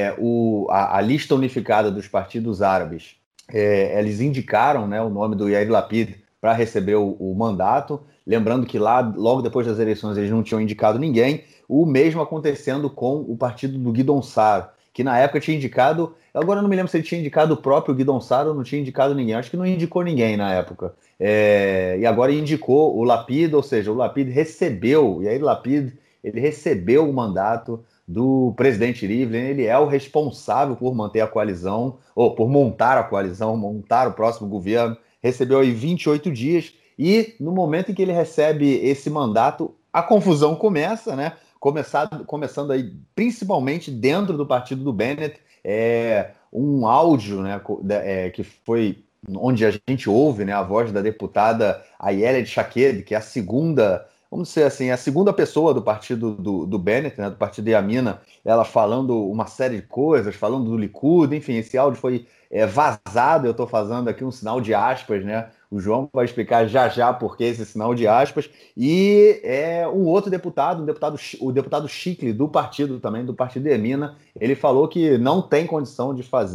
a lista unificada dos partidos árabes, eles indicaram, né, o nome do Yair Lapid para receber o mandato. Lembrando que lá, logo depois das eleições, eles não tinham indicado ninguém. O mesmo acontecendo com o partido do Guidon Saar, que na época tinha indicado... Agora eu não me lembro se ele tinha indicado o próprio Guidon Saar ou não tinha indicado ninguém. Acho que não indicou ninguém na época. E agora indicou o Lapid, ou seja, o Lapid recebeu, e aí o Lapid, ele recebeu o mandato do presidente Rivlin. Ele é o responsável por manter a coalizão, ou por montar a coalizão, montar o próximo governo. Recebeu aí 28 dias, e no momento em que ele recebe esse mandato, a confusão começa, né? Começando aí principalmente dentro do partido do Bennett, um áudio, né, que foi onde a gente ouve, né, a voz da deputada Ayelet Shaked, que é a segunda, vamos dizer assim, a segunda pessoa do partido do Bennett, né, do partido Yamina, ela falando uma série de coisas, falando do Likud, enfim, esse áudio foi vazado. Eu estou fazendo aqui um sinal de aspas, né? O João vai explicar já por que esse sinal de aspas. E um outro deputado, o deputado Chikli, do partido também, do partido Yamina, ele falou que não tem condição de fazer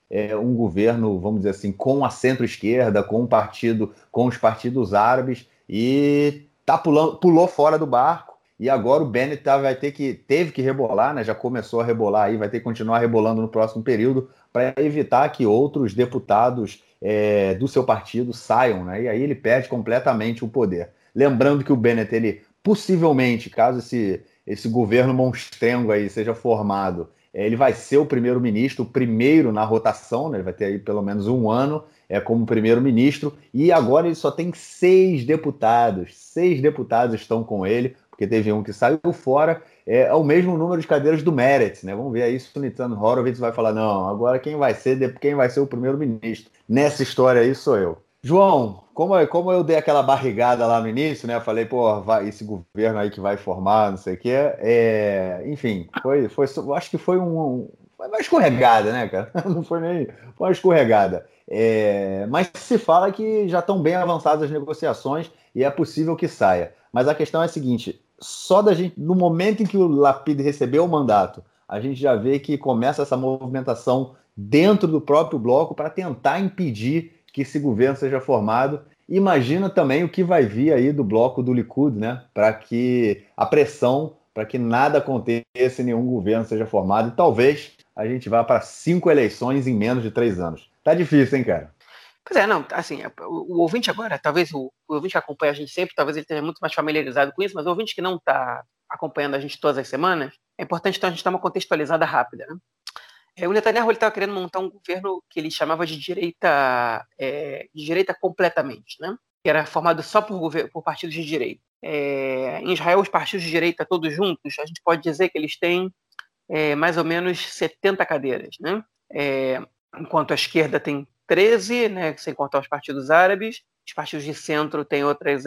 um governo, vamos dizer assim, com a centro-esquerda, com os partidos árabes, e pulou fora do barco. E agora o Bennett teve que rebolar, né? Já começou a rebolar aí, vai ter que continuar rebolando no próximo período para evitar que outros deputados do seu partido saiam, né? E aí ele perde completamente o poder. Lembrando que o Bennett, ele possivelmente, caso esse governo monstrengo aí seja formado, ele vai ser o primeiro-ministro, o primeiro na rotação, né? Ele vai ter aí pelo menos um ano como primeiro-ministro, e agora ele só tem 6 deputados. 6 deputados estão com ele, porque teve um que saiu fora. É o mesmo número de cadeiras do Meretz, né? Vamos ver aí se o Nitzan Horowitz vai falar, não, agora quem vai ser o primeiro-ministro nessa história aí sou eu. João, como eu dei aquela barrigada lá no início, né? Eu falei, pô, esse governo aí que vai formar, não sei o quê. Enfim, acho que foi foi uma escorregada, né, cara? Não foi nem foi uma escorregada. Mas se fala que já estão bem avançadas as negociações e é possível que saia. Mas a questão é a seguinte: só no momento em que o Lapid recebeu o mandato, a gente já vê que começa essa movimentação dentro do próprio bloco para tentar impedir que esse governo seja formado. Imagina também o que vai vir aí do bloco do Likud, né? Para que a pressão, para que nada aconteça e nenhum governo seja formado. E talvez a gente vá para 5 eleições em menos de 3 anos. Tá difícil, hein, cara? Pois é, não, assim, o ouvinte agora, talvez o ouvinte que acompanha a gente sempre, talvez ele esteja muito mais familiarizado com isso, mas o ouvinte que não está acompanhando a gente todas as semanas, é importante então a gente dar uma contextualizada rápida, né? O Netanyahu estava querendo montar um governo que ele chamava de direita completamente, né? Que era formado só por partidos de direita. Em Israel, os partidos de direita todos juntos, a gente pode dizer que eles têm mais ou menos 70 cadeiras, né? Enquanto a esquerda tem 13, né, sem contar os partidos árabes, os partidos de centro têm outras,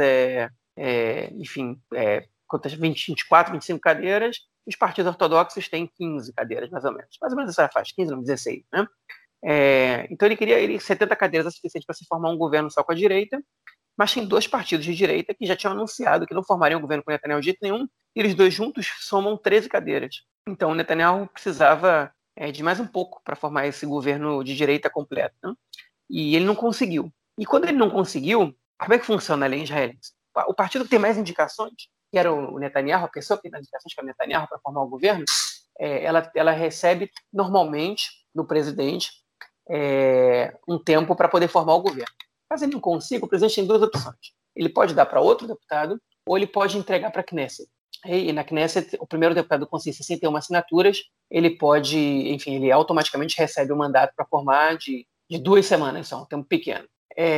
quantas, 20, 24, 25 cadeiras, e os partidos ortodoxos têm 15 cadeiras, mais ou menos essa faixa, 15, não, 16, né? Então ele queria 70 cadeiras, é suficiente para se formar um governo só com a direita, mas tem 2 partidos de direita que já tinham anunciado que não formariam um governo com Netanyahu de jeito nenhum, e eles 2 juntos somam 13 cadeiras. Então o Netanyahu precisava de mais um pouco para formar esse governo de direita completo, né? E ele não conseguiu. E quando ele não conseguiu, como é que funciona a lei israelense? O partido que tem mais indicações, que era o Netanyahu, a pessoa que tem mais indicações, que é o Netanyahu, para formar o governo, ela recebe normalmente do presidente um tempo para poder formar o governo. Caso ele não consiga, o presidente tem 2 opções. Ele pode dar para outro deputado ou ele pode entregar para a Knesset. E na Knesset, o primeiro deputado com 61 assinaturas, ele pode, enfim, ele automaticamente recebe o mandato para formar de 2 semanas, só um tempo pequeno.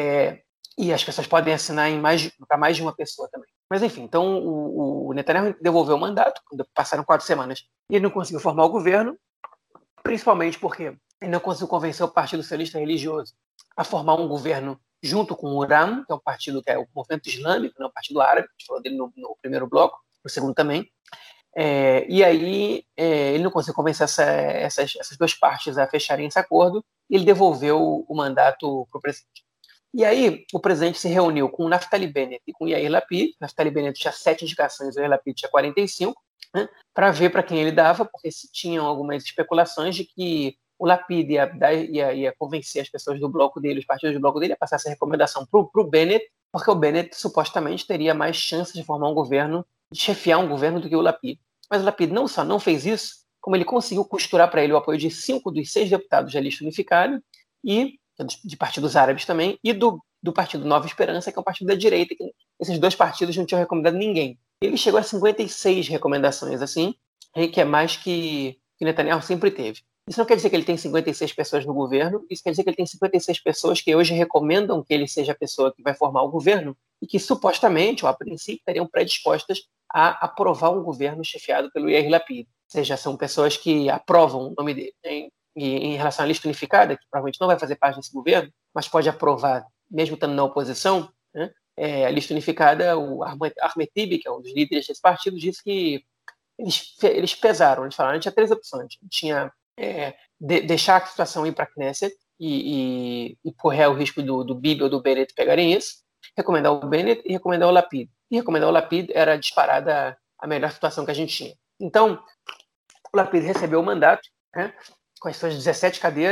E as pessoas podem assinar para mais de uma pessoa também. Mas, enfim, então o Netanyahu devolveu o mandato, passaram 4 semanas, e ele não conseguiu formar o governo, principalmente porque ele não conseguiu convencer o Partido Sionista Religioso a formar um governo junto com o Uram, que é um partido que é o movimento islâmico, né, o partido árabe, a gente falou dele no primeiro bloco, no segundo também. E aí ele não conseguiu convencer essas 2 partes a fecharem esse acordo, e ele devolveu o mandato para o presidente. E aí o presidente se reuniu com o Naftali Bennett e com o Yair Lapid. Naftali Bennett tinha 7 indicações, o Yair Lapid tinha 45, né, para ver para quem ele dava, porque se tinham algumas especulações de que o Lapid ia convencer as pessoas do bloco dele, os partidos do bloco dele, a passar essa recomendação para o Bennett, porque o Bennett supostamente teria mais chances de formar um governo, de chefiar um governo do que o Lapid. Mas o Lapid não só não fez isso, como ele conseguiu costurar para ele o apoio de 5 dos 6 deputados da lista unificada, e de partidos árabes também, e do partido Nova Esperança, que é um partido da direita, que esses 2 partidos não tinham recomendado ninguém. Ele chegou a 56 recomendações, assim, que é mais que Netanyahu sempre teve. Isso não quer dizer que ele tem 56 pessoas no governo, isso quer dizer que ele tem 56 pessoas que hoje recomendam que ele seja a pessoa que vai formar o governo e que supostamente, ou a princípio, estariam predispostas a aprovar um governo chefiado pelo Yair Lapid. Ou seja, são pessoas que aprovam o nome dele, né? E em relação à lista unificada, que provavelmente não vai fazer parte desse governo, mas pode aprovar, mesmo estando na oposição, né? A lista unificada, o Ahmed Tibi, que é um dos líderes desse partido, disse que eles pesaram, eles falaram, a gente tinha 3 opções. Tinha deixar a situação ir para a Knesset e correr o risco do Bibi ou do Bennett pegarem isso, recomendar o Bennett e recomendar o Lapid. E recomendar o Lapid era disparada a melhor situação que a gente tinha. Então, o Lapid recebeu o mandato, né, com as suas 17 cadeiras,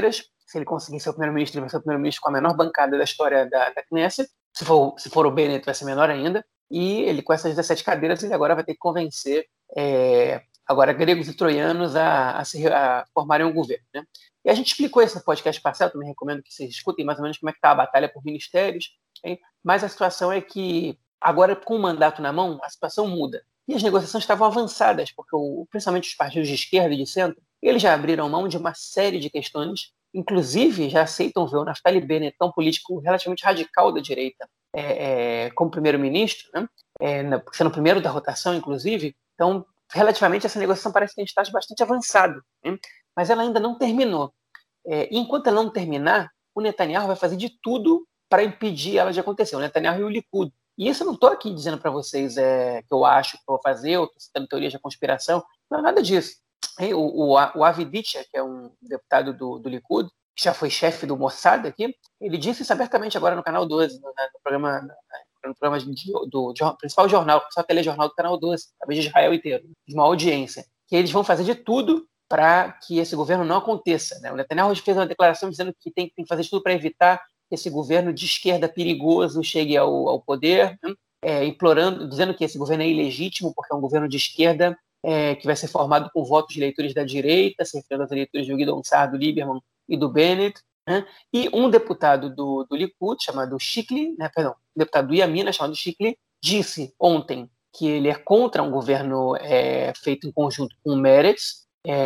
se ele conseguir ser o primeiro-ministro, ele vai ser o primeiro-ministro com a menor bancada da história da Knesset. Se for o Bennett, vai ser menor ainda. E ele, com essas 17 cadeiras, ele agora vai ter que convencer agora gregos e troianos a formarem um governo, né? E a gente explicou isso no podcast passado, também recomendo que vocês escutem mais ou menos como é que está a batalha por ministérios, hein? Mas a situação é que, agora com o mandato na mão, a situação muda. E as negociações estavam avançadas, porque principalmente os partidos de esquerda e de centro, eles já abriram mão de uma série de questões, inclusive já aceitam ver o Naftali Bennett, um político relativamente radical da direita, como primeiro-ministro, né? Sendo o primeiro da rotação, inclusive. Então, relativamente, essa negociação parece que a gente está bastante avançado, né? Mas ela ainda não terminou. E enquanto ela não terminar, o Netanyahu vai fazer de tudo para impedir ela de acontecer. O Netanyahu e o Likud. E isso eu não estou aqui dizendo para vocês que eu acho que eu vou fazer, ou estou citando teorias de conspiração. Não é nada disso. O Avi Dichter, que é um deputado do Likud, que já foi chefe do Mossad aqui, ele disse isso abertamente agora no Canal 12, no programa do principal jornal, principal telejornal do Canal 12, talvez de Israel inteiro, de uma audiência, que eles vão fazer de tudo para que esse governo não aconteça, né? O Netanyahu fez uma declaração dizendo que tem que fazer de tudo para evitar que esse governo de esquerda perigoso chegue ao poder, né? Implorando, dizendo que esse governo é ilegítimo porque é um governo de esquerda que vai ser formado com votos de eleitores da direita, se referindo aos eleitores do Guidon Saar, do Lieberman e do Bennett, né? E um deputado do Likud, chamado Shikli, né, perdão, um deputado do Yamina, chamado Shikli, disse ontem que ele é contra um governo feito em conjunto com o Meretz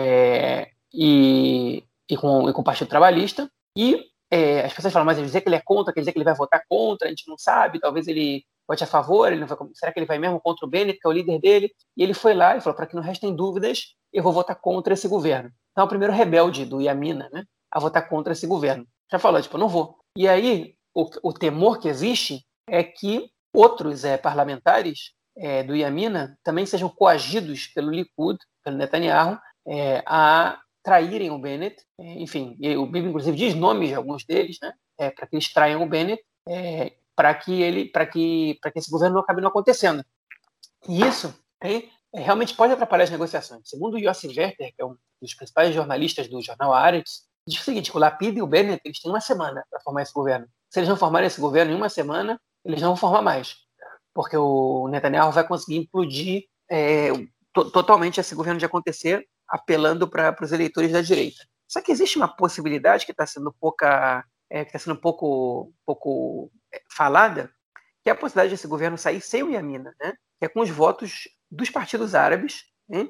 e com o Partido Trabalhista, e as pessoas falam, mas ele dizer que ele é contra, quer dizer que ele vai votar contra, a gente não sabe, talvez ele vote a favor, ele não vai, será que ele vai mesmo contra o Bennett, que é o líder dele? E ele foi lá e falou, para que não restem dúvidas, eu vou votar contra esse governo. Então, é o primeiro rebelde do Yamina, né, a votar contra esse governo. Já falou, tipo, eu não vou. E aí, o temor que existe é que outros parlamentares do Yamina também sejam coagidos pelo Likud, pelo Netanyahu, a traírem o Bennett, enfim, e o Bibi inclusive diz nomes de alguns deles, né, para que eles traiam o Bennett, para que esse governo não acabe não acontecendo. E isso realmente pode atrapalhar as negociações. Segundo o Yossi Werther, que é um dos principais jornalistas do jornal Haaretz, diz o seguinte, o Lapid e o Bennett eles têm uma semana para formar esse governo. Se eles não formarem esse governo em uma semana, eles não vão formar mais, porque o Netanyahu vai conseguir implodir totalmente esse governo de acontecer, apelando para os eleitores da direita. Só que existe uma possibilidade que está sendo pouco falada, que é a possibilidade desse governo sair sem o Yamina, né? Que é com os votos dos partidos árabes, né?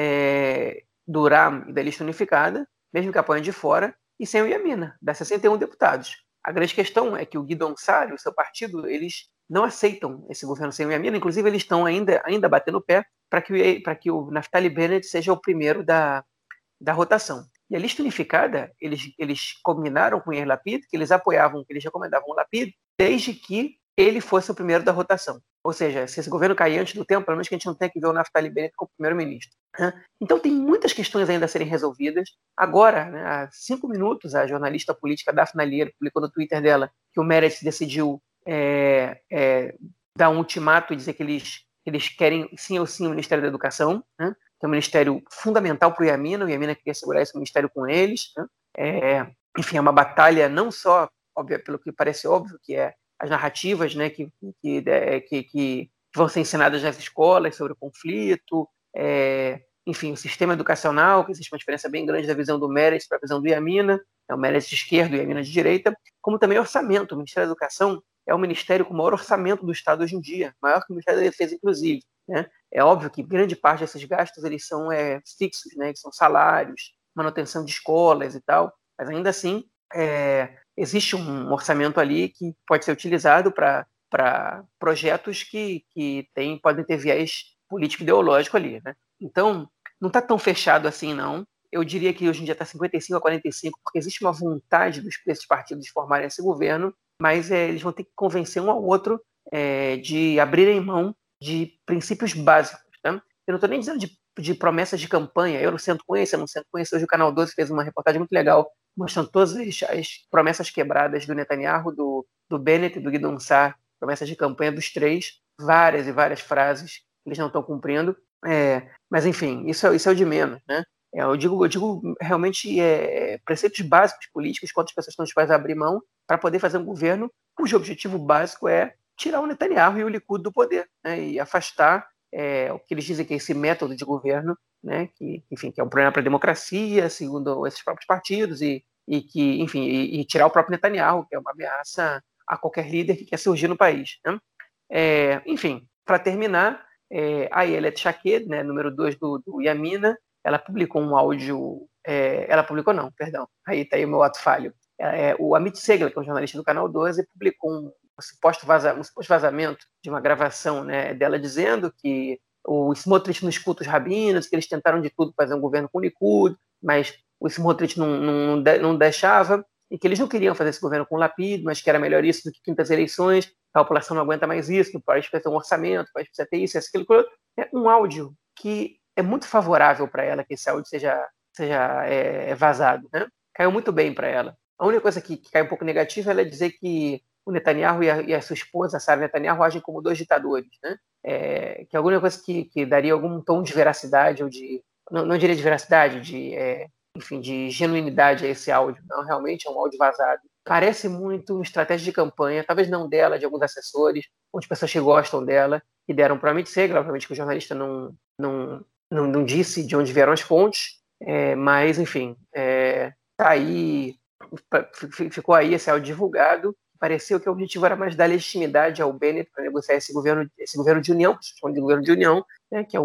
Do RAM e da lista unificada, mesmo que apoiem de fora, e sem o Yamina, dá 61 deputados. A grande questão é que o Guidon Saar e o seu partido, eles não aceitam esse governo sem o Yamina, inclusive eles estão ainda batendo o pé para que o Naftali Bennett seja o primeiro da rotação. E a lista unificada, eles combinaram com o Yair Lapid que eles recomendavam o Lapid desde que ele fosse o primeiro da rotação. Ou seja, se esse governo cair antes do tempo, pelo menos que a gente não tenha que ver o Naftali Bennett como primeiro-ministro. Então tem muitas questões ainda a serem resolvidas. Agora, né, há 5 minutos, a jornalista política Daphne Alier publicou no Twitter dela que o Meretz decidiu dar um ultimato e dizer que eles querem sim ou sim o Ministério da Educação, né? Que é um ministério fundamental para o Yamina queria segurar esse ministério com eles, né? Enfim, é uma batalha não só, óbvio, pelo que parece óbvio, que é as narrativas, né, que vão ser ensinadas nas escolas sobre o conflito, enfim, o sistema educacional, que existe uma diferença bem grande da visão do Meretz para a visão do Yamina, o Meretz de esquerda e o Yamina de direita, como também orçamento. O Ministério da Educação é o ministério com o maior orçamento do Estado hoje em dia, maior que o Ministério da Defesa, inclusive, né? É óbvio que grande parte desses gastos eles são fixos, né? Que são salários, manutenção de escolas e tal, mas ainda assim existe um orçamento ali que pode ser utilizado para projetos que podem ter viés político-ideológico ali, né? Então, não está tão fechado assim, não. Eu diria que hoje em dia está 55-45, porque existe uma vontade desses partidos de formarem esse governo, mas eles vão ter que convencer um ao outro de abrirem mão de princípios básicos. Tá? Eu não estou nem dizendo de promessas de campanha, eu não sento com esse, eu não sento com esse. Hoje o Canal 12 fez uma reportagem muito legal, mostrando todas as promessas quebradas do Netanyahu, do Bennett e do Guidon Saar, promessas de campanha dos três, várias e várias frases que eles não estão cumprindo. Mas, enfim, isso é o de menos, né? Eu digo realmente preceitos básicos políticos, quantas pessoas estão dispostas a abrir mão para poder fazer um governo cujo objetivo básico é tirar o Netanyahu e o Likud do poder, né, e afastar o que eles dizem que é esse método de governo, né, que é um problema para a democracia, segundo esses próprios partidos, e tirar o próprio Netanyahu, que é uma ameaça a qualquer líder que quer surgir no país, né? Para terminar, a Ayelet Shaked, né, número 2 do Yamina, ela publicou um áudio, ela publicou não, perdão, aí está aí o meu ato falho. O Amit Segal, que é um jornalista do Canal 12, publicou um suposto vazamento de uma gravação, né, dela dizendo que o Smotrich não escuta os rabinos, que eles tentaram de tudo fazer um governo com o Likud, mas o Smotrich não deixava, e que eles não queriam fazer esse governo com o Lapid, mas que era melhor isso do que quintas eleições, a população não aguenta mais isso, que o país precisa ter um orçamento, o país precisa ter isso, aquilo. É um áudio que é muito favorável para ela que esse áudio seja vazado, né? Caiu muito bem para ela. A única coisa que cai um pouco negativa é ela dizer que o Netanyahu e a sua esposa, Sarah Netanyahu, agem como dois ditadores, né? Que é alguma coisa que daria algum tom de veracidade, ou de... Não diria de veracidade, de genuinidade a esse áudio. Não, realmente é um áudio vazado. Parece muito uma estratégia de campanha, talvez não dela, de alguns assessores, ou de pessoas que gostam dela, que deram para a Amit Segal, obviamente que o jornalista não disse de onde vieram as fontes, mas, enfim, tá aí, ficou aí esse áudio divulgado. Pareceu que o objetivo era mais dar legitimidade ao Bennett para negociar esse governo de união, que se chama de governo de união, né, que é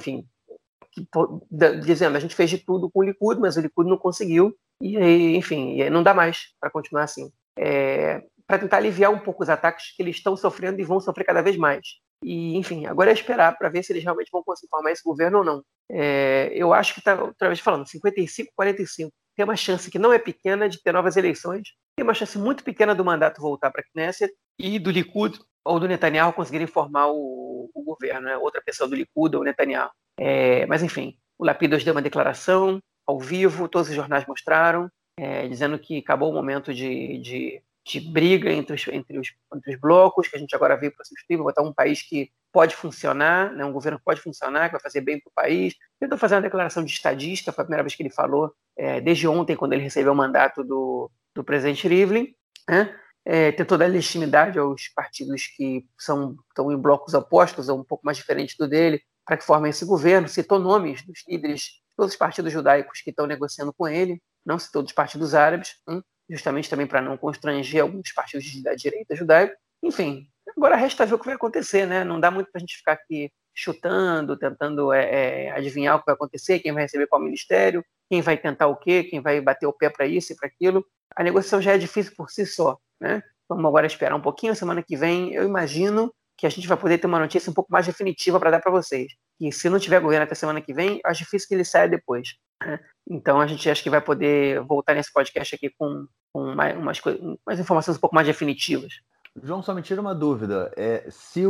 dizendo, a gente fez de tudo com o Likud, mas o Likud não conseguiu, e aí, enfim, não dá mais para continuar assim. Para tentar aliviar um pouco os ataques que eles estão sofrendo e vão sofrer cada vez mais. E, enfim, agora é esperar para ver se eles realmente vão conseguir formar esse governo ou não. Eu acho que está, outra vez falando, 55-45. Tem uma chance que não é pequena de ter novas eleições. Tem uma chance muito pequena do mandato voltar para a Knesset e do Likud ou do Netanyahu conseguirem formar o governo, né? Outra pessoa do Likud ou o Netanyahu. Mas, enfim, o Lapid hoje deu uma declaração ao vivo, todos os jornais mostraram, dizendo que acabou o momento de briga entre os blocos, que a gente agora veio para substituir, botar um país que pode funcionar, né, um governo que pode funcionar, que vai fazer bem para o país. Tentou fazer uma declaração de estadista, foi a primeira vez que ele falou, desde ontem, quando ele recebeu o mandato do presidente Rivlin, né? Tentou dar legitimidade aos partidos que estão em blocos opostos, ou um pouco mais diferentes do dele, para que formem esse governo. Citou nomes dos líderes de todos os partidos judaicos que estão negociando com ele, não citou dos partidos árabes, justamente também para não constranger alguns partidos da direita judaica. Enfim, agora resta ver o que vai acontecer, né? Não dá muito para a gente ficar aqui chutando, tentando adivinhar o que vai acontecer, quem vai receber qual ministério, quem vai tentar o quê, quem vai bater o pé para isso e para aquilo. A negociação já é difícil por si só, né? Vamos agora esperar um pouquinho. Semana que vem, eu imagino que a gente vai poder ter uma notícia um pouco mais definitiva para dar para vocês. E se não tiver governo até semana que vem, acho difícil que ele saia depois, né? Então a gente acha que vai poder voltar nesse podcast aqui com mais informações um pouco mais definitivas. João, só me tira uma dúvida. Se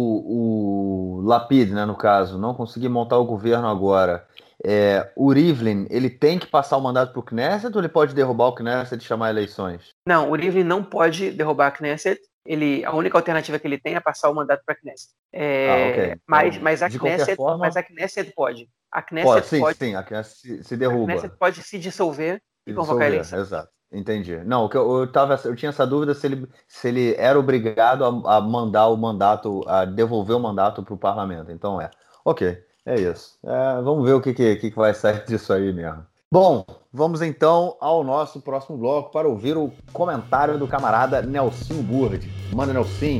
o Lapid, né, no caso, não conseguir montar o governo agora, o Rivlin, ele tem que passar o mandato para o Knesset ou ele pode derrubar o Knesset e chamar eleições? Não, o Rivlin não pode derrubar a Knesset. A única alternativa que ele tem é passar o mandato para a Knesset. Ok. Mas a Knesset pode. A Knesset pode. Sim, a Knesset se derruba. A Knesset pode se dissolver e convocar a eleição. Exato. Entendi. Não, eu tinha essa dúvida se ele era obrigado a mandar o mandato, a devolver o mandato para o parlamento. Então ok, é isso. Vamos ver o que vai sair disso aí mesmo. Bom, vamos então ao nosso próximo bloco para ouvir o comentário do camarada Nelsinho Burd. Manda, Nelsinho.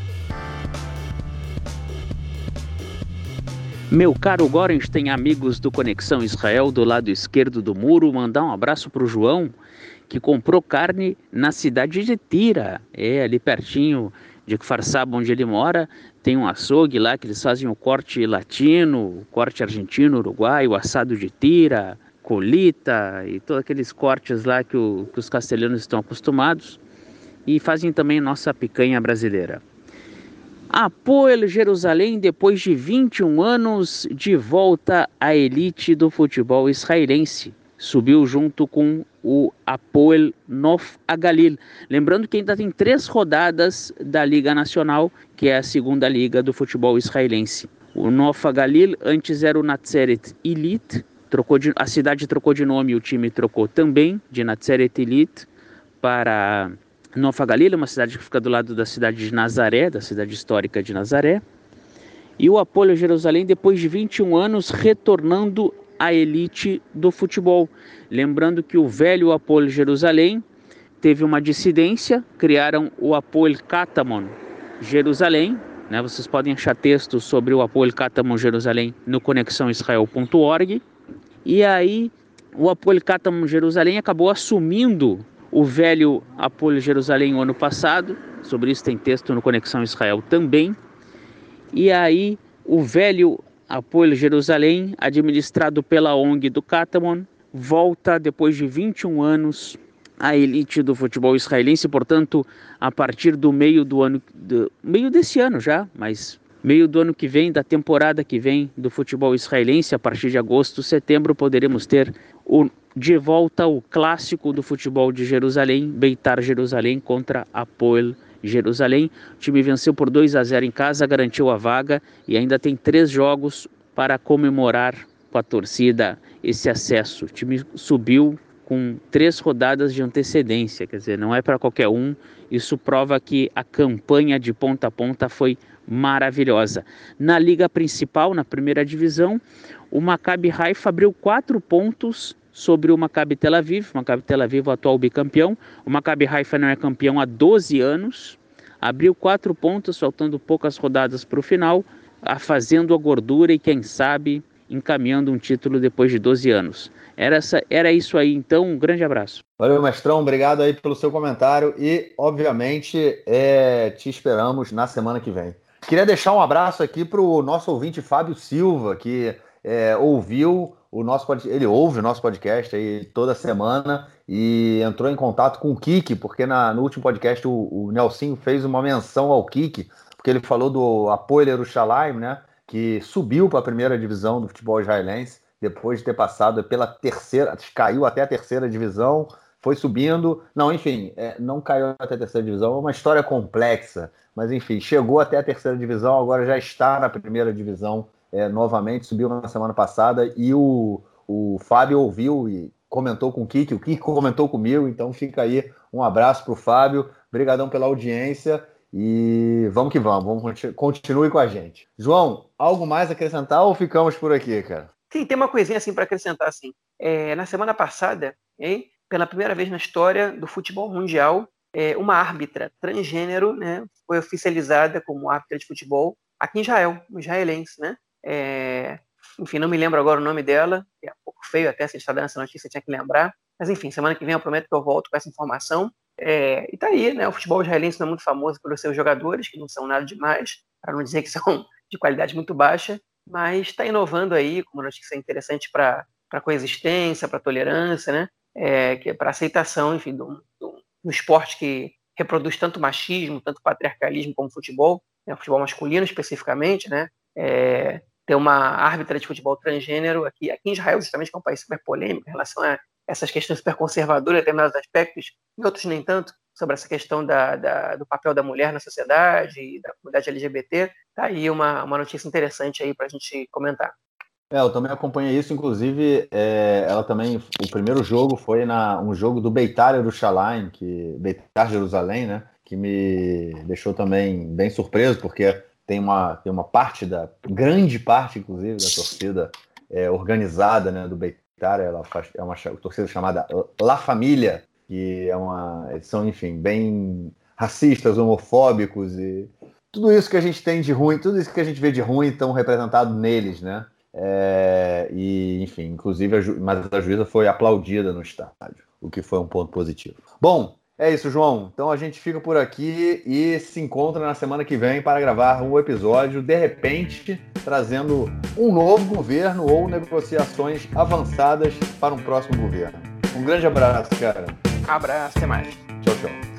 Meu caro Gorenstein, amigos do Conexão Israel do lado esquerdo do muro, mandar um abraço para o João, que comprou carne na cidade de Tira, ali pertinho de Kfar Saba, onde ele mora. Tem um açougue lá que eles fazem o corte latino, o corte argentino, uruguai, o assado de Tira, colita e todos aqueles cortes lá que os castelhanos estão acostumados, e fazem também nossa picanha brasileira. Apoel Jerusalém, depois de 21 anos, de volta à elite do futebol israelense. Subiu junto com o Apoel Nof Agalil. Lembrando que ainda tem 3 rodadas da Liga Nacional, que é a segunda liga do futebol israelense. O Nof Agalil antes era o Natzeret Illit, a cidade trocou de nome, o time trocou também, de Natseret Illit para Nofa Galila, uma cidade que fica do lado da cidade de Nazaré, da cidade histórica de Nazaré. E o Hapoel Jerusalém, depois de 21 anos, retornando à elite do futebol. Lembrando que o velho Hapoel Jerusalém teve uma dissidência, criaram o Hapoel Katamon Jerusalém, né? Vocês podem achar textos sobre o Hapoel Katamon Jerusalém no conexãoisrael.org. E aí o Hapoel Katamon Jerusalém acabou assumindo o velho Hapoel Jerusalém no ano passado. Sobre isso tem texto no Conexão Israel também. E aí o velho Hapoel Jerusalém, administrado pela ONG do Katamon, volta depois de 21 anos à elite do futebol israelense. Portanto, a partir do meio desse ano já, mas meio do ano que vem, da temporada que vem do futebol israelense, a partir de agosto, setembro, poderemos ter de volta o clássico do futebol de Jerusalém, Beitar Jerusalém contra Hapoel Jerusalém. O time venceu por 2-0 em casa, garantiu a vaga e ainda tem 3 jogos para comemorar com a torcida esse acesso. O time subiu com 3 rodadas de antecedência, quer dizer, não é para qualquer um. Isso prova que a campanha de ponta a ponta foi maravilhosa. Na liga principal, na primeira divisão, o Maccabi Haifa abriu 4 pontos sobre o Maccabi Tel Aviv. O Maccabi Tel Aviv, o atual bicampeão. O Maccabi Haifa não é campeão há 12 anos. Abriu 4 pontos, faltando poucas rodadas para o final, fazendo a gordura e, quem sabe, encaminhando um título depois de 12 anos. Era isso aí, então, um grande abraço. Valeu, mestrão, obrigado aí pelo seu comentário e, obviamente, te esperamos na semana que vem. Queria deixar um abraço aqui para o nosso ouvinte Fábio Silva, que ouviu o nosso podcast, ele ouve o nosso podcast aí toda semana e entrou em contato com o Kiki, porque no último podcast o Nelsinho fez uma menção ao Kiki, porque ele falou do Hapoel Yerushalayim, né, que subiu para a primeira divisão do futebol israelense, depois de ter passado pela terceira, caiu até a terceira divisão, foi subindo, não caiu até a terceira divisão, é uma história complexa, mas enfim, chegou até a terceira divisão, agora já está na primeira divisão novamente, subiu na semana passada, e o Fábio ouviu e comentou com o Kiki comentou comigo, então fica aí um abraço para o Fábio, brigadão pela audiência, e vamos que vamos, continue com a gente. João, algo mais a acrescentar ou ficamos por aqui, cara? Sim, tem uma coisinha assim para acrescentar. Assim. Na semana passada, pela primeira vez na história do futebol mundial, uma árbitra transgênero, né, foi oficializada como árbitra de futebol aqui em Israel, uma israelense. Né? Enfim, não me lembro agora o nome dela, é um pouco feio até, se está dando essa notícia, tinha que lembrar. Mas enfim, semana que vem eu prometo que eu volto com essa informação. E tá aí, né? O futebol israelense não é muito famoso pelos seus jogadores, que não são nada demais, para não dizer que são de qualidade muito baixa, mas está inovando aí, com uma notícia interessante para a coexistência, para a tolerância, né? Que é para a aceitação, enfim, do esporte que reproduz tanto machismo, tanto patriarcalismo como futebol, né? O futebol masculino especificamente, né? Ter uma árbitra de futebol transgênero aqui em Israel, justamente, que é um país super polêmico em relação a essas questões super conservadoras em determinados aspectos, em outros nem tanto, sobre essa questão do papel da mulher na sociedade e da comunidade LGBT. Tá aí uma notícia interessante aí para a gente comentar. Eu também acompanhei isso, inclusive, ela também, o primeiro jogo foi um jogo do Beitar Yerushalayim, Beitar Jerusalém, né, que me deixou também bem surpreso, porque tem uma grande parte, inclusive, da torcida organizada, né, do Beitar. Ela é uma torcida chamada La Família, que são, enfim, bem racistas, homofóbicos e tudo isso que a gente tem de ruim, tudo isso que a gente vê de ruim estão representados neles, né? E, enfim, inclusive, mas a juíza foi aplaudida no estádio, o que foi um ponto positivo. Bom, é isso, João. Então a gente fica por aqui e se encontra na semana que vem para gravar um episódio, de repente, trazendo um novo governo ou negociações avançadas para um próximo governo. Um grande abraço, cara. Abraço, até mais. Tchau, tchau.